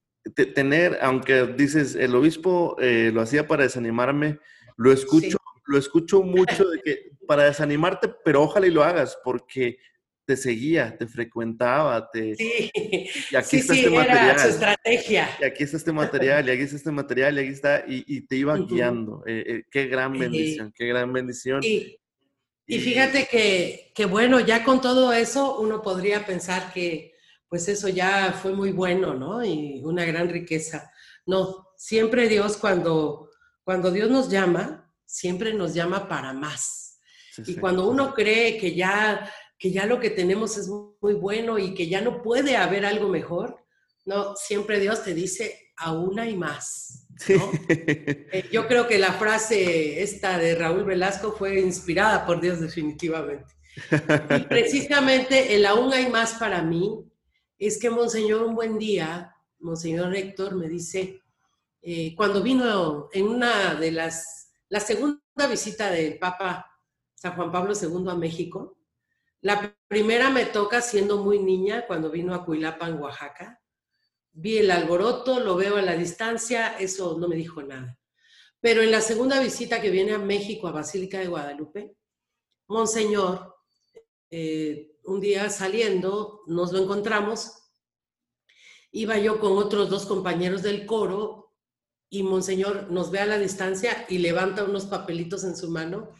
S1: tener, aunque dices, el obispo eh, lo hacía para desanimarme, lo escucho,
S2: Sí.
S1: lo escucho mucho de que para desanimarte, pero ojalá y lo hagas, porque te seguía, te frecuentaba, te,
S2: Sí,
S1: y aquí
S2: sí,
S1: está este
S2: sí, era su
S1: material,
S2: estrategia.
S1: y aquí está este material, y aquí está este material, y aquí está, y, y te iba
S2: Uh-huh.
S1: guiando. Eh, eh, qué gran
S2: Eh,
S1: bendición, qué gran bendición.
S2: y, y
S1: Y
S2: fíjate que, que, bueno, ya con todo eso uno podría pensar que pues eso ya fue muy bueno, ¿no? Y una gran riqueza. No, siempre Dios cuando, cuando Dios nos llama, siempre nos llama para más.
S1: sí,
S2: Y
S1: sí,
S2: cuando uno cree que ya, que ya lo que tenemos es muy bueno y que ya no puede haber algo mejor, no, siempre Dios te dice, aún hay más,
S1: sí.
S2: ¿no? Eh, yo creo que la frase esta de Raúl Velasco fue inspirada por Dios definitivamente. Y precisamente el aún hay más para mí es que Monseñor un buen día, Monseñor Héctor me dice, eh, cuando vino en una de las, la segunda visita del Papa San Juan Pablo segundo a México, la primera me toca siendo muy niña cuando vino a Cuilapan, Oaxaca. Vi el alboroto, lo veo a la distancia, eso no me dijo nada. Pero en la segunda visita que viene a México, a Basílica de Guadalupe, Monseñor, eh, un día saliendo, nos lo encontramos, iba yo con otros dos compañeros del coro y Monseñor nos ve a la distancia y levanta unos papelitos en su mano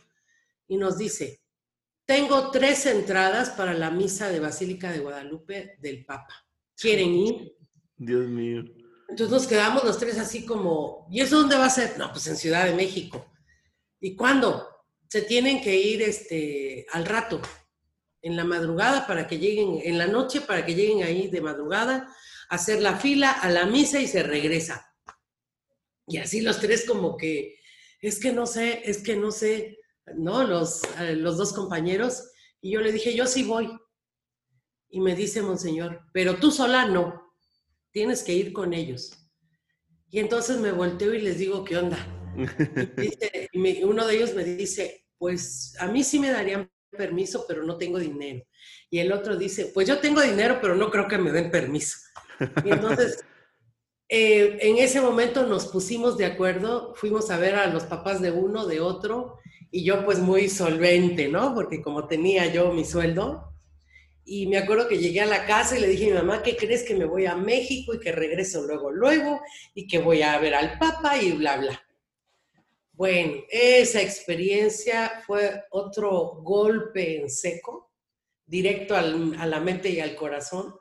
S2: y nos dice, tengo tres entradas para la misa de Basílica de Guadalupe del Papa. ¿Quieren ir?
S1: Dios mío.
S2: Entonces nos quedamos los tres así como, ¿y eso dónde va a ser? No, pues en Ciudad de México. ¿Y cuándo? Se tienen que ir este, al rato, en la madrugada para que lleguen, en la noche para que lleguen ahí de madrugada, hacer la fila a la misa y se regresa. Y así los tres como que, es que no sé, es que no sé, ¿no? Los, eh, los dos compañeros. Y yo le dije, yo sí voy. Y me dice Monseñor, pero tú sola no. Tienes que ir con ellos. Y entonces me volteo y les digo, ¿qué onda? Y, dice, y me, uno de ellos me dice, pues a mí sí me darían permiso, pero no tengo dinero. Y el otro dice, pues yo tengo dinero, pero no creo que me den permiso. Y entonces, eh, en ese momento nos pusimos de acuerdo, fuimos a ver a los papás de uno, de otro, y yo pues muy solvente, ¿no? Porque como tenía yo mi sueldo, y me acuerdo que llegué a la casa y le dije a mi mamá, ¿qué crees? Que me voy a México y que regreso luego, luego, y que voy a ver al Papa y bla, bla. Bueno, esa experiencia fue otro golpe en seco, directo al, a la mente y al corazón,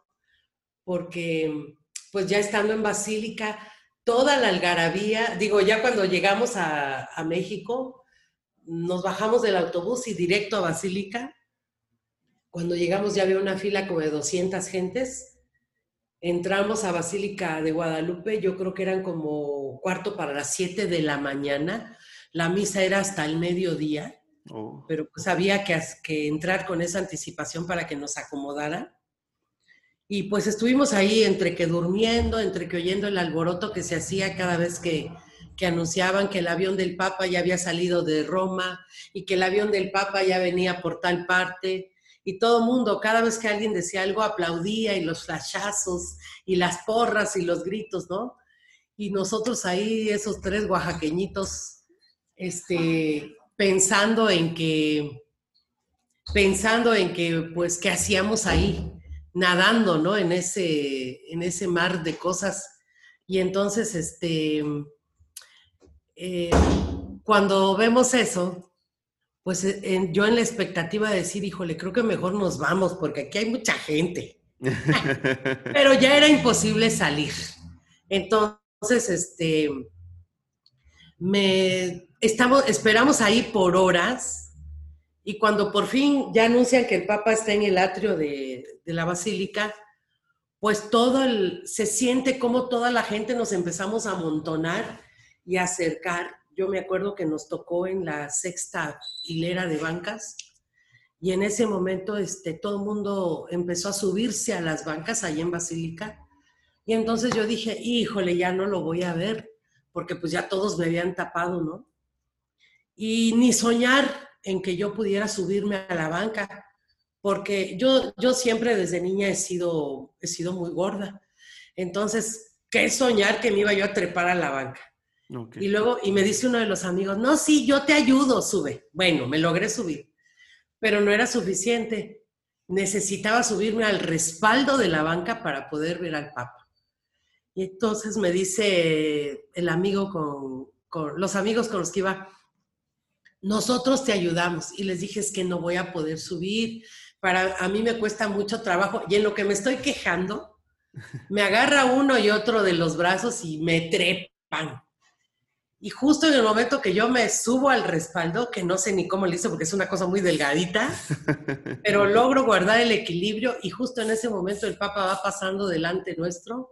S2: porque pues ya estando en Basílica, toda la algarabía, digo, ya cuando llegamos a, a México, nos bajamos del autobús y directo a Basílica. Cuando llegamos ya había una fila como de doscientas gentes. Entramos a Basílica de Guadalupe, yo creo que eran como cuarto para las siete de la mañana. La misa era hasta el mediodía, oh. pero pues había que, que entrar con esa anticipación para que nos acomodaran. Y pues estuvimos ahí entre que durmiendo, entre que oyendo el alboroto que se hacía cada vez que, que anunciaban que el avión del Papa ya había salido de Roma y que el avión del Papa ya venía por tal parte. Y todo el mundo, cada vez que alguien decía algo, aplaudía, y los flashazos, y las porras, y los gritos, ¿no? Y nosotros ahí, esos tres oaxaqueñitos, este, pensando en que, pensando en que, pues, ¿qué hacíamos ahí? Nadando, ¿no? En ese, en ese mar de cosas. Y entonces, este, eh, cuando vemos eso, pues en, yo en la expectativa de decir, híjole, creo que mejor nos vamos porque aquí hay mucha gente. Pero ya era imposible salir. Entonces, este, me, estamos, esperamos ahí por horas y cuando por fin ya anuncian que el Papa está en el atrio de, de la Basílica, pues todo el, se siente como toda la gente nos empezamos a amontonar y a acercar. Yo me acuerdo que nos tocó en la sexta hilera de bancas y en ese momento este, todo el mundo empezó a subirse a las bancas allí en Basílica y entonces yo dije, híjole, ya no lo voy a ver porque pues ya todos me habían tapado, ¿no? Y ni soñar en que yo pudiera subirme a la banca porque yo, yo siempre desde niña he sido, he sido muy gorda. Entonces, ¿qué soñar que me iba yo a trepar a la banca? Okay. Y luego, y me dice uno de los amigos, no, sí, yo te ayudo, sube. Bueno, me logré subir, pero no era suficiente. Necesitaba subirme al respaldo de la banca para poder ver al Papa. Y entonces me dice el amigo con, con los amigos con los que iba, nosotros te ayudamos. Y les dije, es que no voy a poder subir, para, a mí me cuesta mucho trabajo. Y en lo que me estoy quejando, me agarra uno y otro de los brazos y me trepan. Y justo en el momento que yo me subo al respaldo, que no sé ni cómo lo hice porque es una cosa muy delgadita, pero logro guardar el equilibrio y justo en ese momento el Papa va pasando delante nuestro.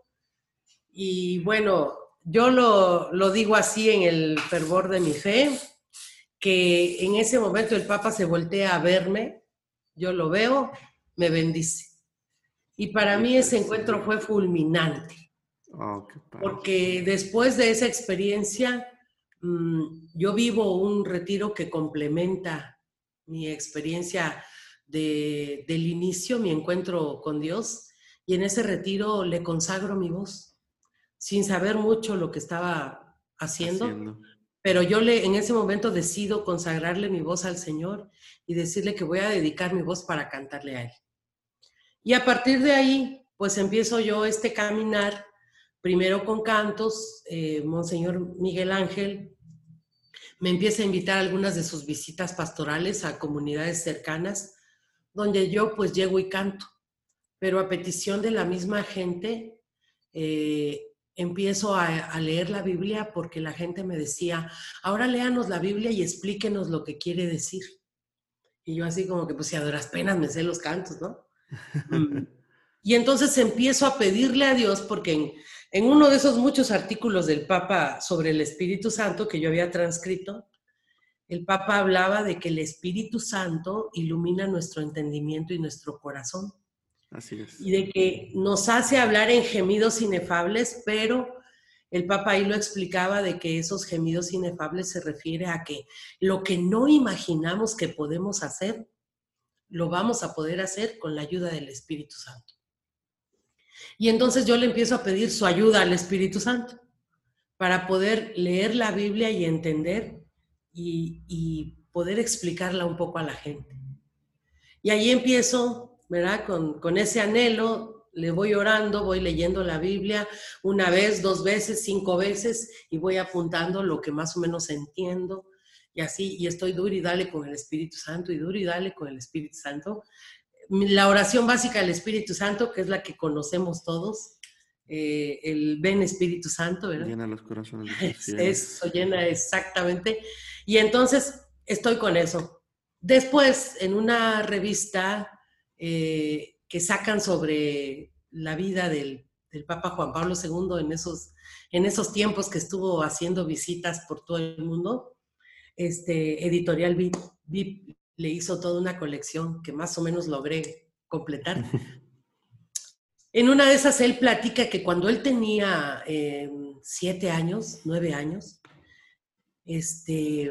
S2: Y bueno, yo lo, lo digo así en el fervor de mi fe, que en ese momento el Papa se voltea a verme, yo lo veo, me bendice. Y para mí ese encuentro fue fulminante. Oh, qué padre. Porque después de esa experiencia, mmm, yo vivo un retiro que complementa mi experiencia de, del inicio, mi encuentro con Dios, y en ese retiro le consagro mi voz, sin saber mucho lo que estaba haciendo, haciendo. Pero yo le, en ese momento decido consagrarle mi voz al Señor y decirle que voy a dedicar mi voz para cantarle a Él. Y a partir de ahí, pues empiezo yo este caminar, primero con cantos, eh, Monseñor Miguel Ángel me empieza a invitar a algunas de sus visitas pastorales a comunidades cercanas, donde yo pues llego y canto, pero a petición de la misma gente, eh, empiezo a, a leer la Biblia porque la gente me decía, ahora léanos la Biblia y explíquenos lo que quiere decir. Y yo así como que, pues si a duras penas me sé los cantos, ¿no? Mm. Y entonces empiezo a pedirle a Dios, porque en, en uno de esos muchos artículos del Papa sobre el Espíritu Santo que yo había transcrito, el Papa hablaba de que el Espíritu Santo ilumina nuestro entendimiento y nuestro corazón.
S1: Así es.
S2: Y de que nos hace hablar en gemidos inefables, pero el Papa ahí lo explicaba de que esos gemidos inefables se refiere a que lo que no imaginamos que podemos hacer, lo vamos a poder hacer con la ayuda del Espíritu Santo. Y entonces yo le empiezo a pedir su ayuda al Espíritu Santo para poder leer la Biblia y entender y, y poder explicarla un poco a la gente. Y ahí empiezo, ¿verdad? Con, con ese anhelo, le voy orando, voy leyendo la Biblia una vez, dos veces, cinco veces, y voy apuntando lo que más o menos entiendo, y así, y estoy duro y dale con el Espíritu Santo, y duro y dale con el Espíritu Santo. La oración básica del Espíritu Santo, que es la que conocemos todos, eh, el ven Espíritu Santo, ¿verdad?
S1: Llena los corazones de tus fieles.
S2: Eso, llena exactamente. Y entonces estoy con eso. Después, en una revista eh, que sacan sobre la vida del, del Papa Juan Pablo segundo en esos, en esos tiempos que estuvo haciendo visitas por todo el mundo, este, Editorial V I P le hizo toda una colección que más o menos logré completar. En una de esas él platica que cuando él tenía eh, siete años, nueve años, este,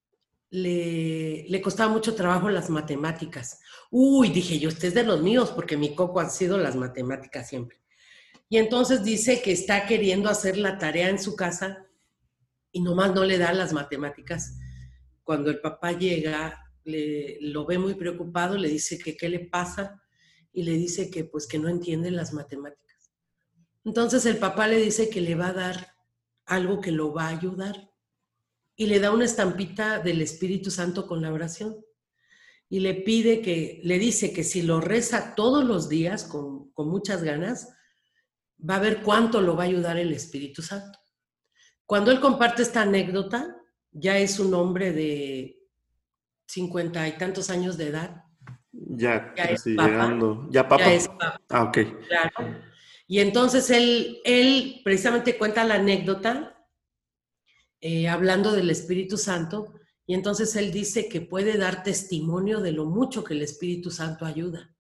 S2: le, le costaba mucho trabajo las matemáticas. Uy, dije yo, este es de los míos, porque mi coco han sido las matemáticas siempre. Y entonces dice que está queriendo hacer la tarea en su casa y nomás no le da las matemáticas. Cuando el papá llega, le, lo ve muy preocupado, le dice que qué le pasa y le dice que pues que no entiende las matemáticas. Entonces el papá le dice que le va a dar algo que lo va a ayudar y le da una estampita del Espíritu Santo con la oración y le pide que, le dice que si lo reza todos los días con, con muchas ganas, va a ver cuánto lo va a ayudar el Espíritu Santo. Cuando él comparte esta anécdota, ya es un hombre de cincuenta y tantos años de edad.
S1: Ya,
S2: Ya es
S1: casi
S2: papa.
S1: llegando. ¿Ya papa?
S2: Ya es papa.
S1: Ah, ok.
S2: Claro. Y entonces él, él precisamente cuenta la anécdota eh, hablando del Espíritu Santo, y entonces él dice que puede dar testimonio de lo mucho que el Espíritu Santo ayuda.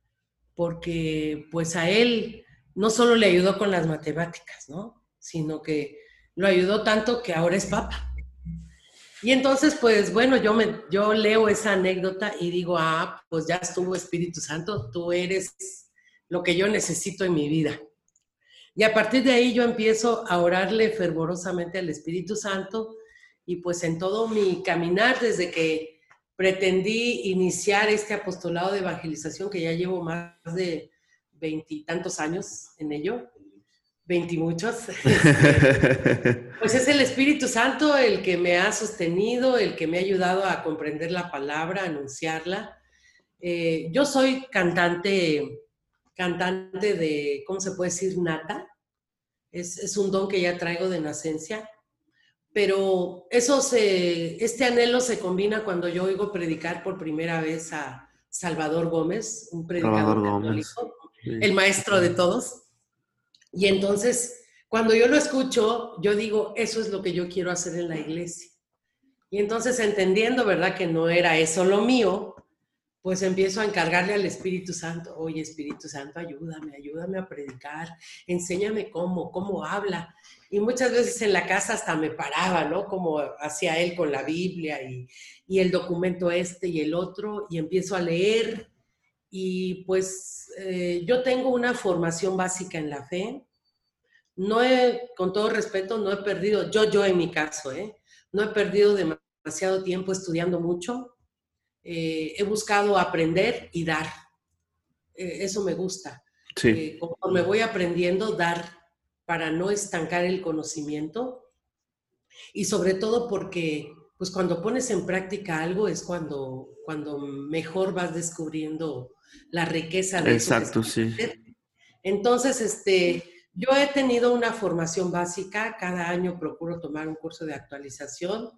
S2: Porque pues a él no solo le ayudó con las matemáticas, ¿no? Sino que lo ayudó tanto que ahora es papa. Y entonces, pues bueno, yo, me, yo leo esa anécdota y digo, ah, pues ya estuvo Espíritu Santo, tú eres lo que yo necesito en mi vida. Y a partir de ahí yo empiezo a orarle fervorosamente al Espíritu Santo y pues en todo mi caminar, desde que pretendí iniciar este apostolado de evangelización, que ya llevo más de veintitantos años en ello, veintimuchos, este, pues es el Espíritu Santo el que me ha sostenido, el que me ha ayudado a comprender la palabra, a anunciarla. Eh, yo soy cantante, cantante de, ¿cómo se puede decir? Nata. Es, es un don que ya traigo de nacencia. Pero eso se, este anhelo se combina cuando yo oigo predicar por primera vez a Salvador Gómez, un predicador
S1: Salvador
S2: católico,
S1: Gómez. Sí.
S2: El maestro de todos. Y entonces, cuando yo lo escucho, yo digo, eso es lo que yo quiero hacer en la iglesia. Y entonces, entendiendo, ¿verdad?, que no era eso lo mío, pues empiezo a encargarle al Espíritu Santo, oye, Espíritu Santo, ayúdame, ayúdame a predicar, enséñame cómo, cómo habla. Y muchas veces en la casa hasta me paraba, ¿no? Como hacía él con la Biblia y, y el documento este y el otro, y empiezo a leer. Y pues eh, yo tengo una formación básica en la fe. No he, con todo respeto, no he perdido, yo, yo en mi caso, ¿eh? No he perdido demasiado tiempo estudiando mucho. Eh, he buscado aprender y dar. Eh, eso me gusta.
S1: Sí.
S2: Eh, conforme voy aprendiendo, dar para no estancar el conocimiento y sobre todo porque pues cuando pones en práctica algo es cuando, cuando mejor vas descubriendo la riqueza de eso que
S1: Exacto,
S2: sabes
S1: sí.
S2: hacer. Entonces, este, yo he tenido una formación básica, cada año procuro tomar un curso de actualización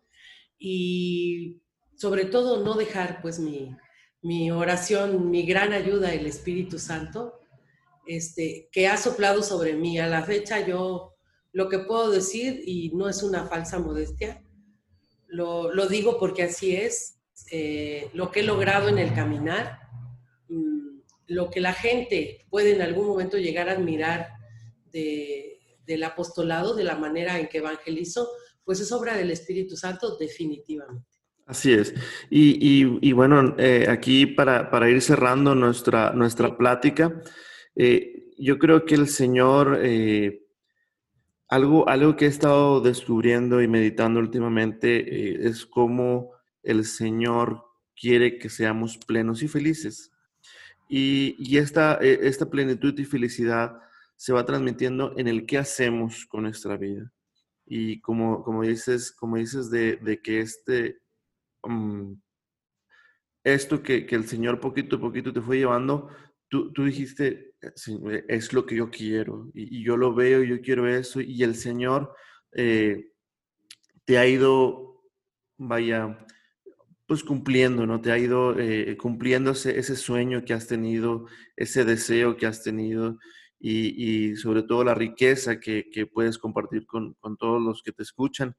S2: y sobre todo no dejar pues mi, mi oración, mi gran ayuda, el Espíritu Santo, este, que ha soplado sobre mí. A la fecha yo lo que puedo decir, y no es una falsa modestia, lo, lo digo porque así es, eh, lo que he logrado en el caminar, mmm, lo que la gente puede en algún momento llegar a admirar de, del apostolado, de la manera en que evangelizo, pues es obra del Espíritu Santo definitivamente.
S1: Así es. Y, y, y bueno, eh, aquí para, para ir cerrando nuestra, nuestra
S2: Sí,
S1: plática, eh, yo creo que el Señor, eh, algo, algo que he estado descubriendo y meditando últimamente, eh, es cómo el Señor quiere que seamos plenos y felices. Y, y esta, eh, esta plenitud y felicidad se va transmitiendo en el qué hacemos con nuestra vida. Y como, como dices, como dices de, de que este, um, esto que, que el Señor poquito a poquito te fue llevando, tú, tú dijiste, "Sí, es lo que yo quiero, y, y yo lo veo, y yo quiero eso", y el Señor eh, te ha ido, vaya, pues cumpliendo, ¿no? Te ha ido eh, cumpliendo ese, ese sueño que has tenido, ese deseo que has tenido, y, y sobre todo la riqueza que, que puedes compartir con, con todos los que te escuchan.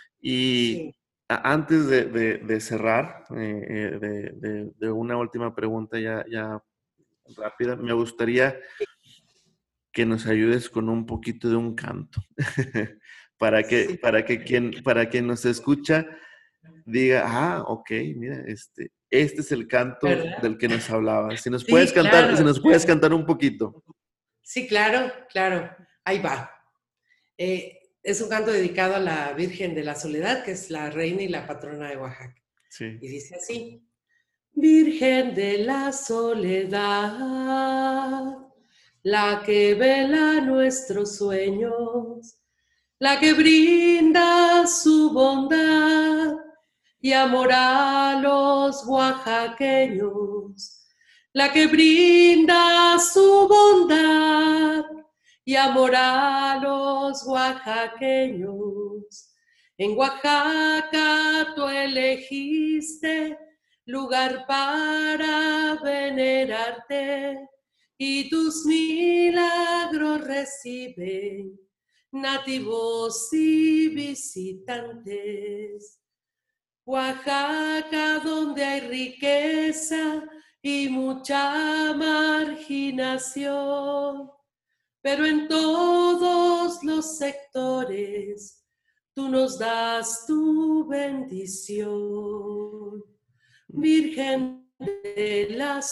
S1: Y
S2: sí.
S1: a- antes de, de- de cerrar, eh, eh, de, de- de una última pregunta ya, ya rápida, me gustaría que nos ayudes con un poquito de un canto, para que,
S2: Sí,
S1: para que quien, para quien nos escucha diga, ah, ok, mira, este, este es el canto
S2: ¿verdad?
S1: del que nos hablaba. Si nos puedes
S2: Sí,
S1: cantar, si
S2: claro,
S1: nos puedes
S2: claro.
S1: cantar un poquito.
S2: Sí, claro, claro. Ahí va. Eh, es un canto dedicado a la Virgen de la Soledad, que es la reina y la patrona de Oaxaca.
S1: Sí.
S2: Y dice así: Virgen de la Soledad, la que vela nuestros sueños, la que brinda su bondad y amor a los oaxaqueños, la que brinda su bondad y amor a los oaxaqueños. En Oaxaca tú elegiste lugar para venerarte y tus milagros reciben nativos y visitantes. Oaxaca, donde hay riqueza y mucha marginación, pero en todos los sectores tú nos das tu bendición. Virgen de la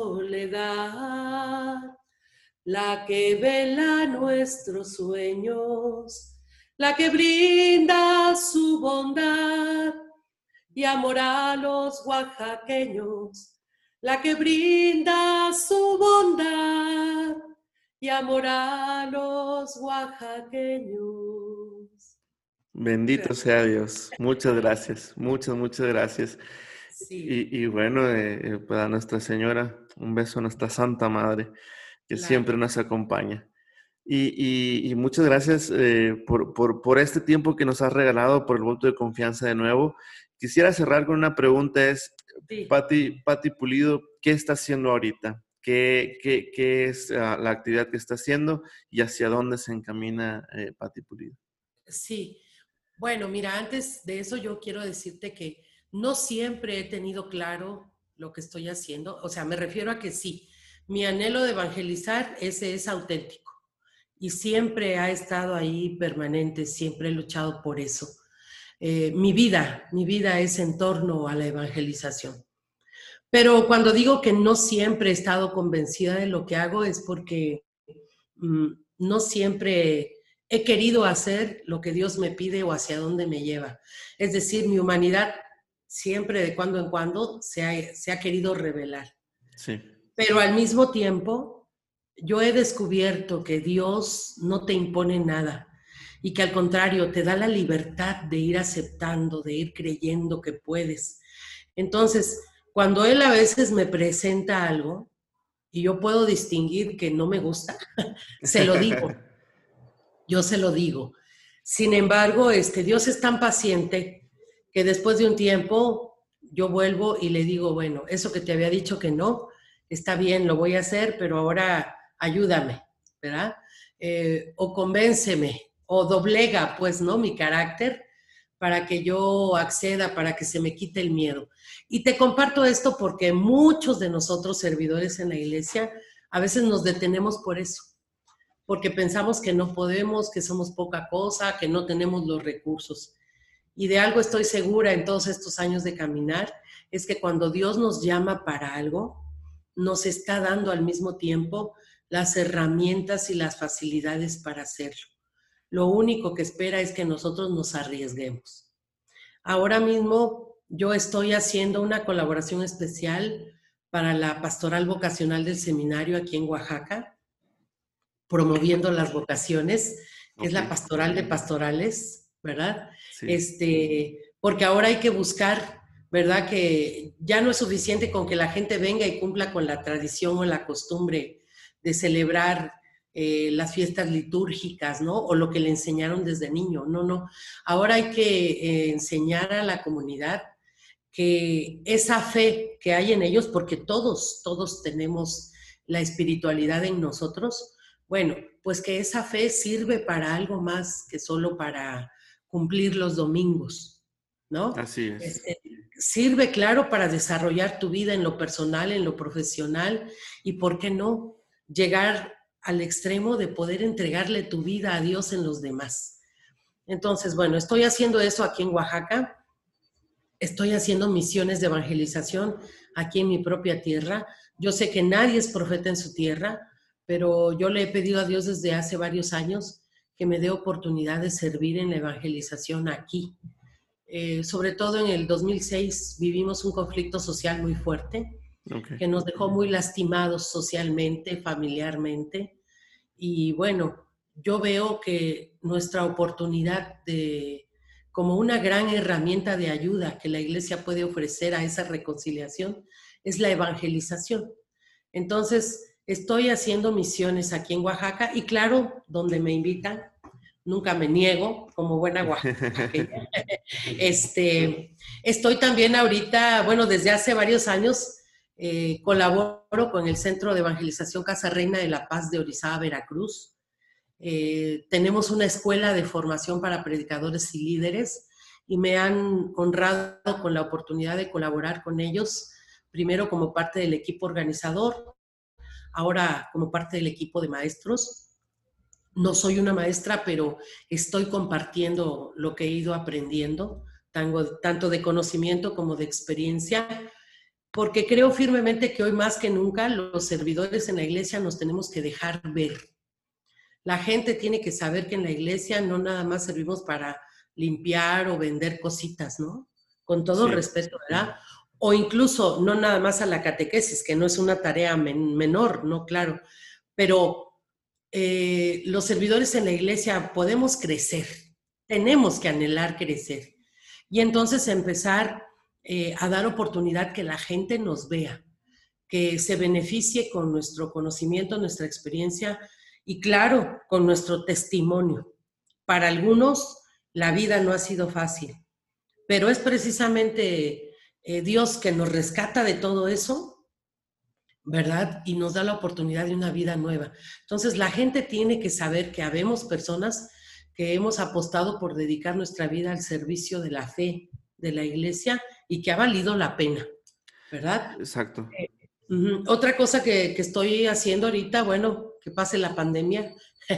S2: Soledad, la que vela nuestros sueños, la que brinda su bondad y amor a los oaxaqueños, la que brinda su bondad y amor a los oaxaqueños.
S1: Bendito
S2: Gracias.
S1: sea Dios. Muchas gracias. Muchas, muchas gracias.
S2: Sí,
S1: Y, y bueno, eh, eh, para Nuestra Señora, un beso a nuestra Santa Madre, que siempre
S2: claro.
S1: nos acompaña. Y, y- y muchas gracias eh, por, por, por este tiempo que nos has regalado, por el voto de confianza de nuevo. Quisiera cerrar con una pregunta, es,
S2: Sí.
S1: Pati, Pati Pulido, ¿qué está haciendo ahorita? ¿Qué, qué, qué es uh, la actividad que está haciendo y hacia dónde se encamina eh, Pati Pulido?
S2: Sí, bueno, mira, antes de eso yo quiero decirte que no siempre he tenido claro lo que estoy haciendo. O sea, me refiero a que sí, mi anhelo de evangelizar, ese es auténtico y siempre ha estado ahí permanente, siempre he luchado por eso. Eh, mi vida, mi vida es en torno a la evangelización. Pero cuando digo que no siempre he estado convencida de lo que hago es porque mm, no siempre he querido hacer lo que Dios me pide o hacia dónde me lleva. Es decir, mi humanidad siempre de cuando en cuando se ha, se ha querido revelar.
S1: Sí,
S2: Pero al mismo tiempo, yo he descubierto que Dios no te impone nada y que al contrario te da la libertad de ir aceptando, de ir creyendo que puedes. Entonces, cuando él a veces me presenta algo y yo puedo distinguir que no me gusta, se lo digo, yo se lo digo. Sin embargo, este, Dios es tan paciente que después de un tiempo yo vuelvo y le digo, bueno, eso que te había dicho que no, está bien, lo voy a hacer, pero ahora ayúdame, ¿verdad? Eh, o convénceme, o doblega, pues, ¿no? Mi carácter para que yo acceda, para que se me quite el miedo. Y te comparto esto porque muchos de nosotros, servidores en la iglesia, a veces nos detenemos por eso, porque pensamos que no podemos, que somos poca cosa, que no tenemos los recursos. Y de algo estoy segura en todos estos años de caminar, es que cuando Dios nos llama para algo, nos está dando al mismo tiempo las herramientas y las facilidades para hacerlo. Lo único que espera es que nosotros nos arriesguemos. Ahora mismo yo estoy haciendo una colaboración especial para la pastoral vocacional del seminario aquí en Oaxaca, promoviendo las vocaciones, que okay. es la pastoral de pastorales, ¿verdad? Sí. Este, porque ahora hay que buscar, ¿verdad? Que ya no es suficiente con que la gente venga y cumpla con la tradición o la costumbre de celebrar eh, las fiestas litúrgicas, ¿no? O lo que le enseñaron desde niño. No, no. Ahora hay que eh, enseñar a la comunidad que esa fe que hay en ellos, porque todos, todos tenemos la espiritualidad en nosotros, bueno, pues que esa fe sirve para algo más que solo para cumplir los domingos, ¿no?
S1: Así es.
S2: Este, sirve, claro, para desarrollar tu vida en lo personal, en lo profesional, y ¿por qué no llegar al extremo de poder entregarle tu vida a Dios en los demás? Entonces, bueno, estoy haciendo eso aquí en Oaxaca, estoy haciendo misiones de evangelización aquí en mi propia tierra. Yo sé que nadie es profeta en su tierra, pero yo le he pedido a Dios desde hace varios años que me dé oportunidad de servir en la evangelización aquí. Eh, sobre todo en el dos mil seis vivimos un conflicto social muy fuerte, okay. que nos dejó muy lastimados socialmente, familiarmente, y bueno, yo veo que nuestra oportunidad de, como una gran herramienta de ayuda que la iglesia puede ofrecer a esa reconciliación, es la evangelización. Entonces, estoy haciendo misiones aquí en Oaxaca y claro, donde me invitan, nunca me niego, como buena oaxaqueña. este, estoy también ahorita, bueno, desde hace varios años, eh, colaboro con el Centro de Evangelización Casa Reina de la Paz de Orizaba, Veracruz. Eh, tenemos una escuela de formación para predicadores y líderes y me han honrado con la oportunidad de colaborar con ellos, primero como parte del equipo organizador, ahora como parte del equipo de maestros. No soy una maestra, pero estoy compartiendo lo que he ido aprendiendo, tanto, tanto de conocimiento como de experiencia, porque creo firmemente que hoy más que nunca los servidores en la iglesia nos tenemos que dejar ver. La gente tiene que saber que en la iglesia no nada más servimos para limpiar o vender cositas, ¿no? Con todo sí, respeto, ¿verdad? O incluso no nada más a la catequesis, que no es una tarea men- menor, ¿no? Claro, pero eh, los servidores en la iglesia podemos crecer, tenemos que anhelar crecer y entonces empezar eh, a dar oportunidad que la gente nos vea, que se beneficie con nuestro conocimiento, nuestra experiencia y claro, con nuestro testimonio. Para algunos la vida no ha sido fácil, pero es precisamente eh, Dios que nos rescata de todo eso, ¿verdad? Y nos da la oportunidad de una vida nueva. Entonces, la gente tiene que saber que habemos personas que hemos apostado por dedicar nuestra vida al servicio de la fe de la iglesia y que ha valido la pena, ¿verdad?
S1: Exacto.
S2: Eh, uh-huh. Otra cosa que, que estoy haciendo ahorita, bueno, que pase la pandemia,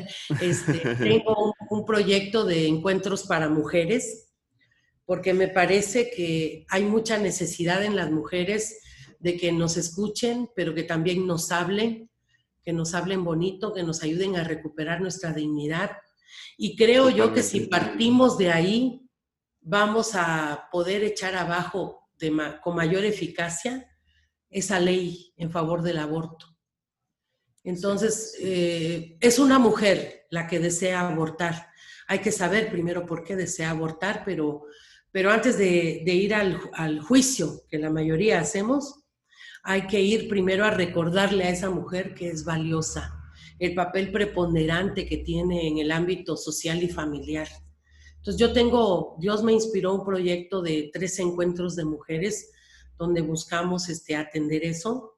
S2: este, tengo un, un proyecto de encuentros para mujeres, porque me parece que hay mucha necesidad en las mujeres de que nos escuchen, pero que también nos hablen, que nos hablen bonito, que nos ayuden a recuperar nuestra dignidad. Y creo Totalmente. Yo que si partimos de ahí, vamos a poder echar abajo de ma- con mayor eficacia esa ley en favor del aborto. Entonces, sí, sí. Eh, es una mujer la que desea abortar. hay que saber primero por qué desea abortar, pero, pero antes de, de ir al, al juicio, que la mayoría hacemos, hay que ir primero a recordarle a esa mujer que es valiosa, el papel preponderante que tiene en el ámbito social y familiar. Entonces yo tengo, Dios me inspiró un proyecto de tres encuentros de mujeres donde buscamos este, atender eso.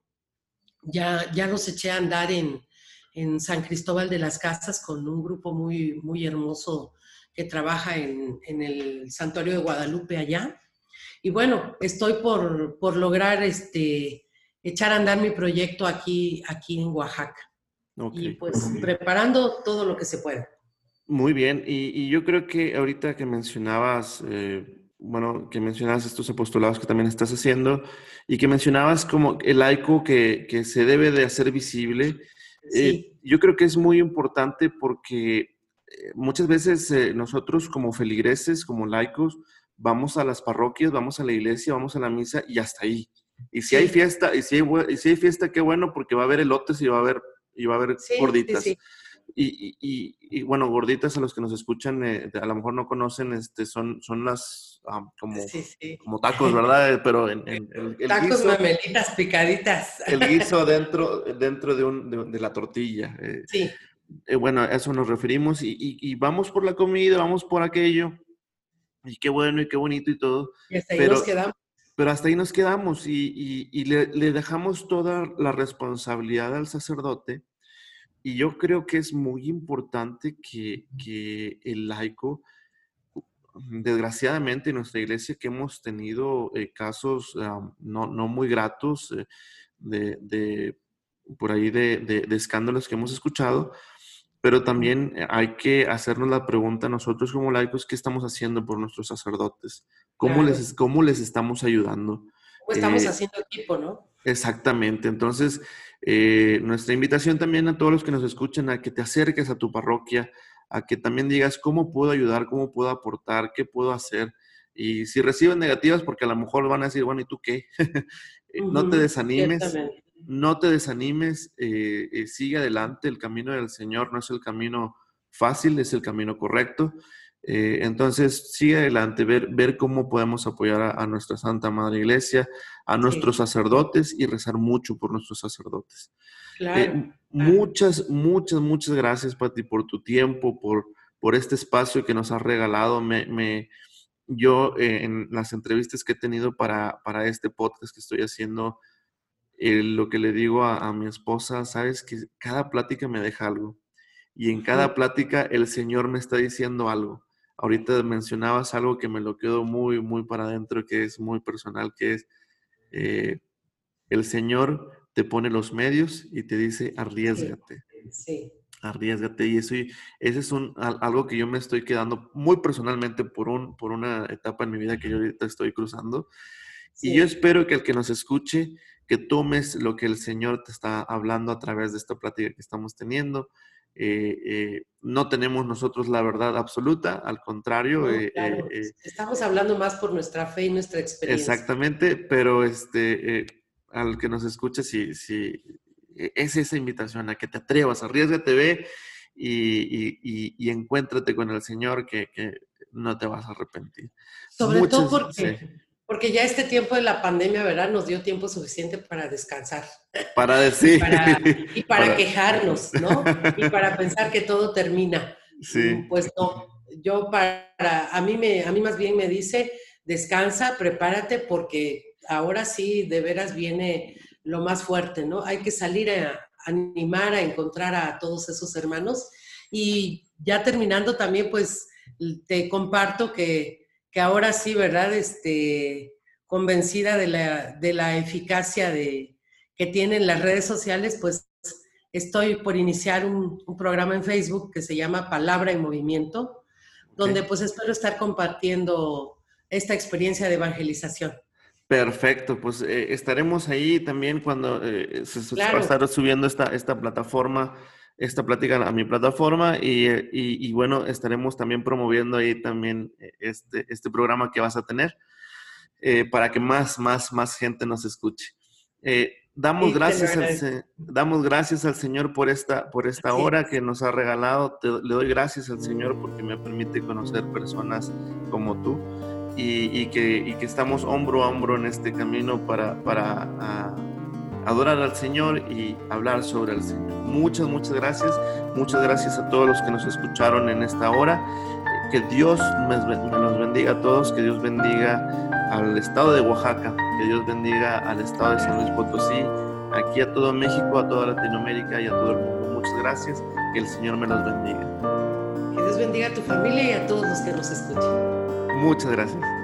S2: Ya, ya los eché a andar en, en San Cristóbal de las Casas con un grupo muy, muy hermoso que trabaja en, en el Santuario de Guadalupe allá. Y bueno, estoy por, por lograr este, echar a andar mi proyecto aquí, aquí en Oaxaca. Y
S1: Ok.
S2: pues preparando todo lo que se pueda.
S1: Muy bien, y, y yo creo que ahorita que mencionabas, eh, bueno, que mencionabas estos apostolados que también estás haciendo y que mencionabas como el laico que, que se debe de hacer visible, eh,
S2: Sí,
S1: yo creo que es muy importante porque eh, muchas veces eh, nosotros como feligreses, como laicos, vamos a las parroquias, vamos a la iglesia, vamos a la misa y hasta ahí. Y si hay
S2: sí,
S1: fiesta, y si hay, bue- y si hay fiesta, qué bueno, porque va a haber elotes y va a haber, y va a haber
S2: sí, sí,
S1: gorditas.
S2: sí,
S1: Y, y, y, bueno, gorditas a los que nos escuchan, eh, a lo mejor no conocen, este, son, son las um, como,
S2: sí, sí.
S1: como tacos, ¿verdad? Eh, Pero en, en el, el
S2: Tacos,
S1: guiso,
S2: mamelitas, picaditas.
S1: el guiso dentro, dentro de, un, de, de la tortilla. Eh,
S2: Sí,
S1: eh, bueno, a eso nos referimos y, y, y vamos por la comida, vamos por aquello, y qué bueno y qué bonito y todo,
S2: y hasta ahí nos
S1: pero,
S2: quedamos.
S1: pero hasta ahí nos quedamos y, y, y le, le dejamos toda la responsabilidad al sacerdote. Y yo creo que es muy importante que, que el laico, desgraciadamente en nuestra iglesia que hemos tenido eh, casos um, no, no muy gratos eh, de, de, por ahí de, de, de escándalos que hemos escuchado, pero también hay que hacernos la pregunta nosotros como laicos, ¿qué estamos haciendo por nuestros sacerdotes? ¿Cómo
S2: Claro.
S1: les, cómo les estamos ayudando?
S2: ¿Cómo estamos
S1: Eh,
S2: haciendo equipo, no?
S1: Exactamente. Entonces, eh, nuestra invitación también a todos los que nos escuchan a que te acerques a tu parroquia, a que también digas cómo puedo ayudar, cómo puedo aportar, qué puedo hacer. Y si reciben negativas, porque a lo mejor van a decir, bueno, ¿y tú qué? No te
S2: Ujú,
S1: desanimes,
S2: ciertamente.
S1: no te desanimes, eh, eh, sigue adelante. El camino del Señor no es el camino fácil, es el camino correcto. Eh, entonces, sigue adelante, ver, ver cómo podemos apoyar a, a nuestra Santa Madre Iglesia, a
S2: Sí,
S1: nuestros sacerdotes y rezar mucho por nuestros sacerdotes. Eh,
S2: claro, claro.
S1: muchas, muchas, muchas gracias, Pati, por tu tiempo, por, por este espacio que nos has regalado. Me, me, yo, eh, en las entrevistas que he tenido para, para este podcast que estoy haciendo, eh, lo que le digo a, a mi esposa, sabes que cada plática me deja algo. Y en
S2: Ujú,
S1: cada plática el Señor me está diciendo algo. Ahorita mencionabas algo que me lo quedo muy, muy para adentro, que es muy personal, que es eh, el Señor te pone los medios y te dice,
S2: sí,
S1: arriésgate,
S2: sí,
S1: arriésgate. Y eso, y ese es un, al- algo que yo me estoy quedando muy personalmente por, un, por una etapa en mi vida que yo ahorita estoy cruzando. Y yo
S2: sí.
S1: espero que el que nos escuche, que tomes lo que el Señor te está hablando a través de esta plática que estamos teniendo. Eh, eh, no tenemos nosotros la verdad absoluta, al contrario,
S2: No,
S1: eh, eh,
S2: claro.
S1: eh,
S2: Estamos hablando más por nuestra fe y nuestra experiencia.
S1: exactamente, pero este, eh, al que nos escuche, si, si eh, es esa invitación a que te atrevas, arriesgate, ve y, y, y, y encuéntrate con el Señor que, que no te vas a arrepentir.
S2: Sobre todo
S1: Muchas, sí,
S2: porque, porque ya este tiempo de la pandemia, ¿verdad? Nos dio tiempo suficiente para descansar
S1: para
S2: y
S1: decir,
S2: para, y para
S1: para...
S2: quejarnos, ¿no? Y para pensar que todo termina.
S1: Sí,
S2: Mm, Pues no, yo para, a mí, me, a mí más bien me dice, descansa, prepárate porque ahora sí de veras viene lo más fuerte, ¿no? Hay que salir a animar, a encontrar a todos esos hermanos. Y ya terminando también, pues te comparto que, que ahora sí, ¿verdad? Este, convencida de la, de la eficacia de, que tienen las redes sociales, pues estoy por iniciar un, un, programa en Facebook que se llama Palabra en Movimiento,
S1: ok.
S2: donde pues espero estar compartiendo esta experiencia de evangelización.
S1: Perfecto, pues eh, estaremos ahí también cuando eh, se, se va a
S2: Claro,
S1: estar subiendo esta, esta plataforma, esta plática a mi plataforma y, eh, y, y bueno, estaremos también promoviendo ahí también eh, este, este programa que vas a tener eh, para que más, más, más gente nos escuche. Eh, damos
S2: Y te lo
S1: gracias al,
S2: agradezco.
S1: Se- damos gracias al Señor por esta, por esta
S2: Así
S1: hora
S2: es.
S1: que nos ha regalado. Te- le doy gracias al Señor porque me permite conocer personas como tú y, y que, y que estamos hombro a hombro en este camino para, para ah, adorar al Señor y hablar sobre el Señor. Muchas, muchas gracias. Muchas gracias a todos los que nos escucharon en esta hora. Que Dios me, me los bendiga a todos, que Dios bendiga al estado de Oaxaca, que Dios bendiga al estado de San Luis Potosí, aquí a todo México, a toda Latinoamérica y a todo el mundo. Muchas gracias, que el Señor me los bendiga.
S2: Que Dios bendiga a tu familia y a todos los que nos escuchan.
S1: Muchas gracias.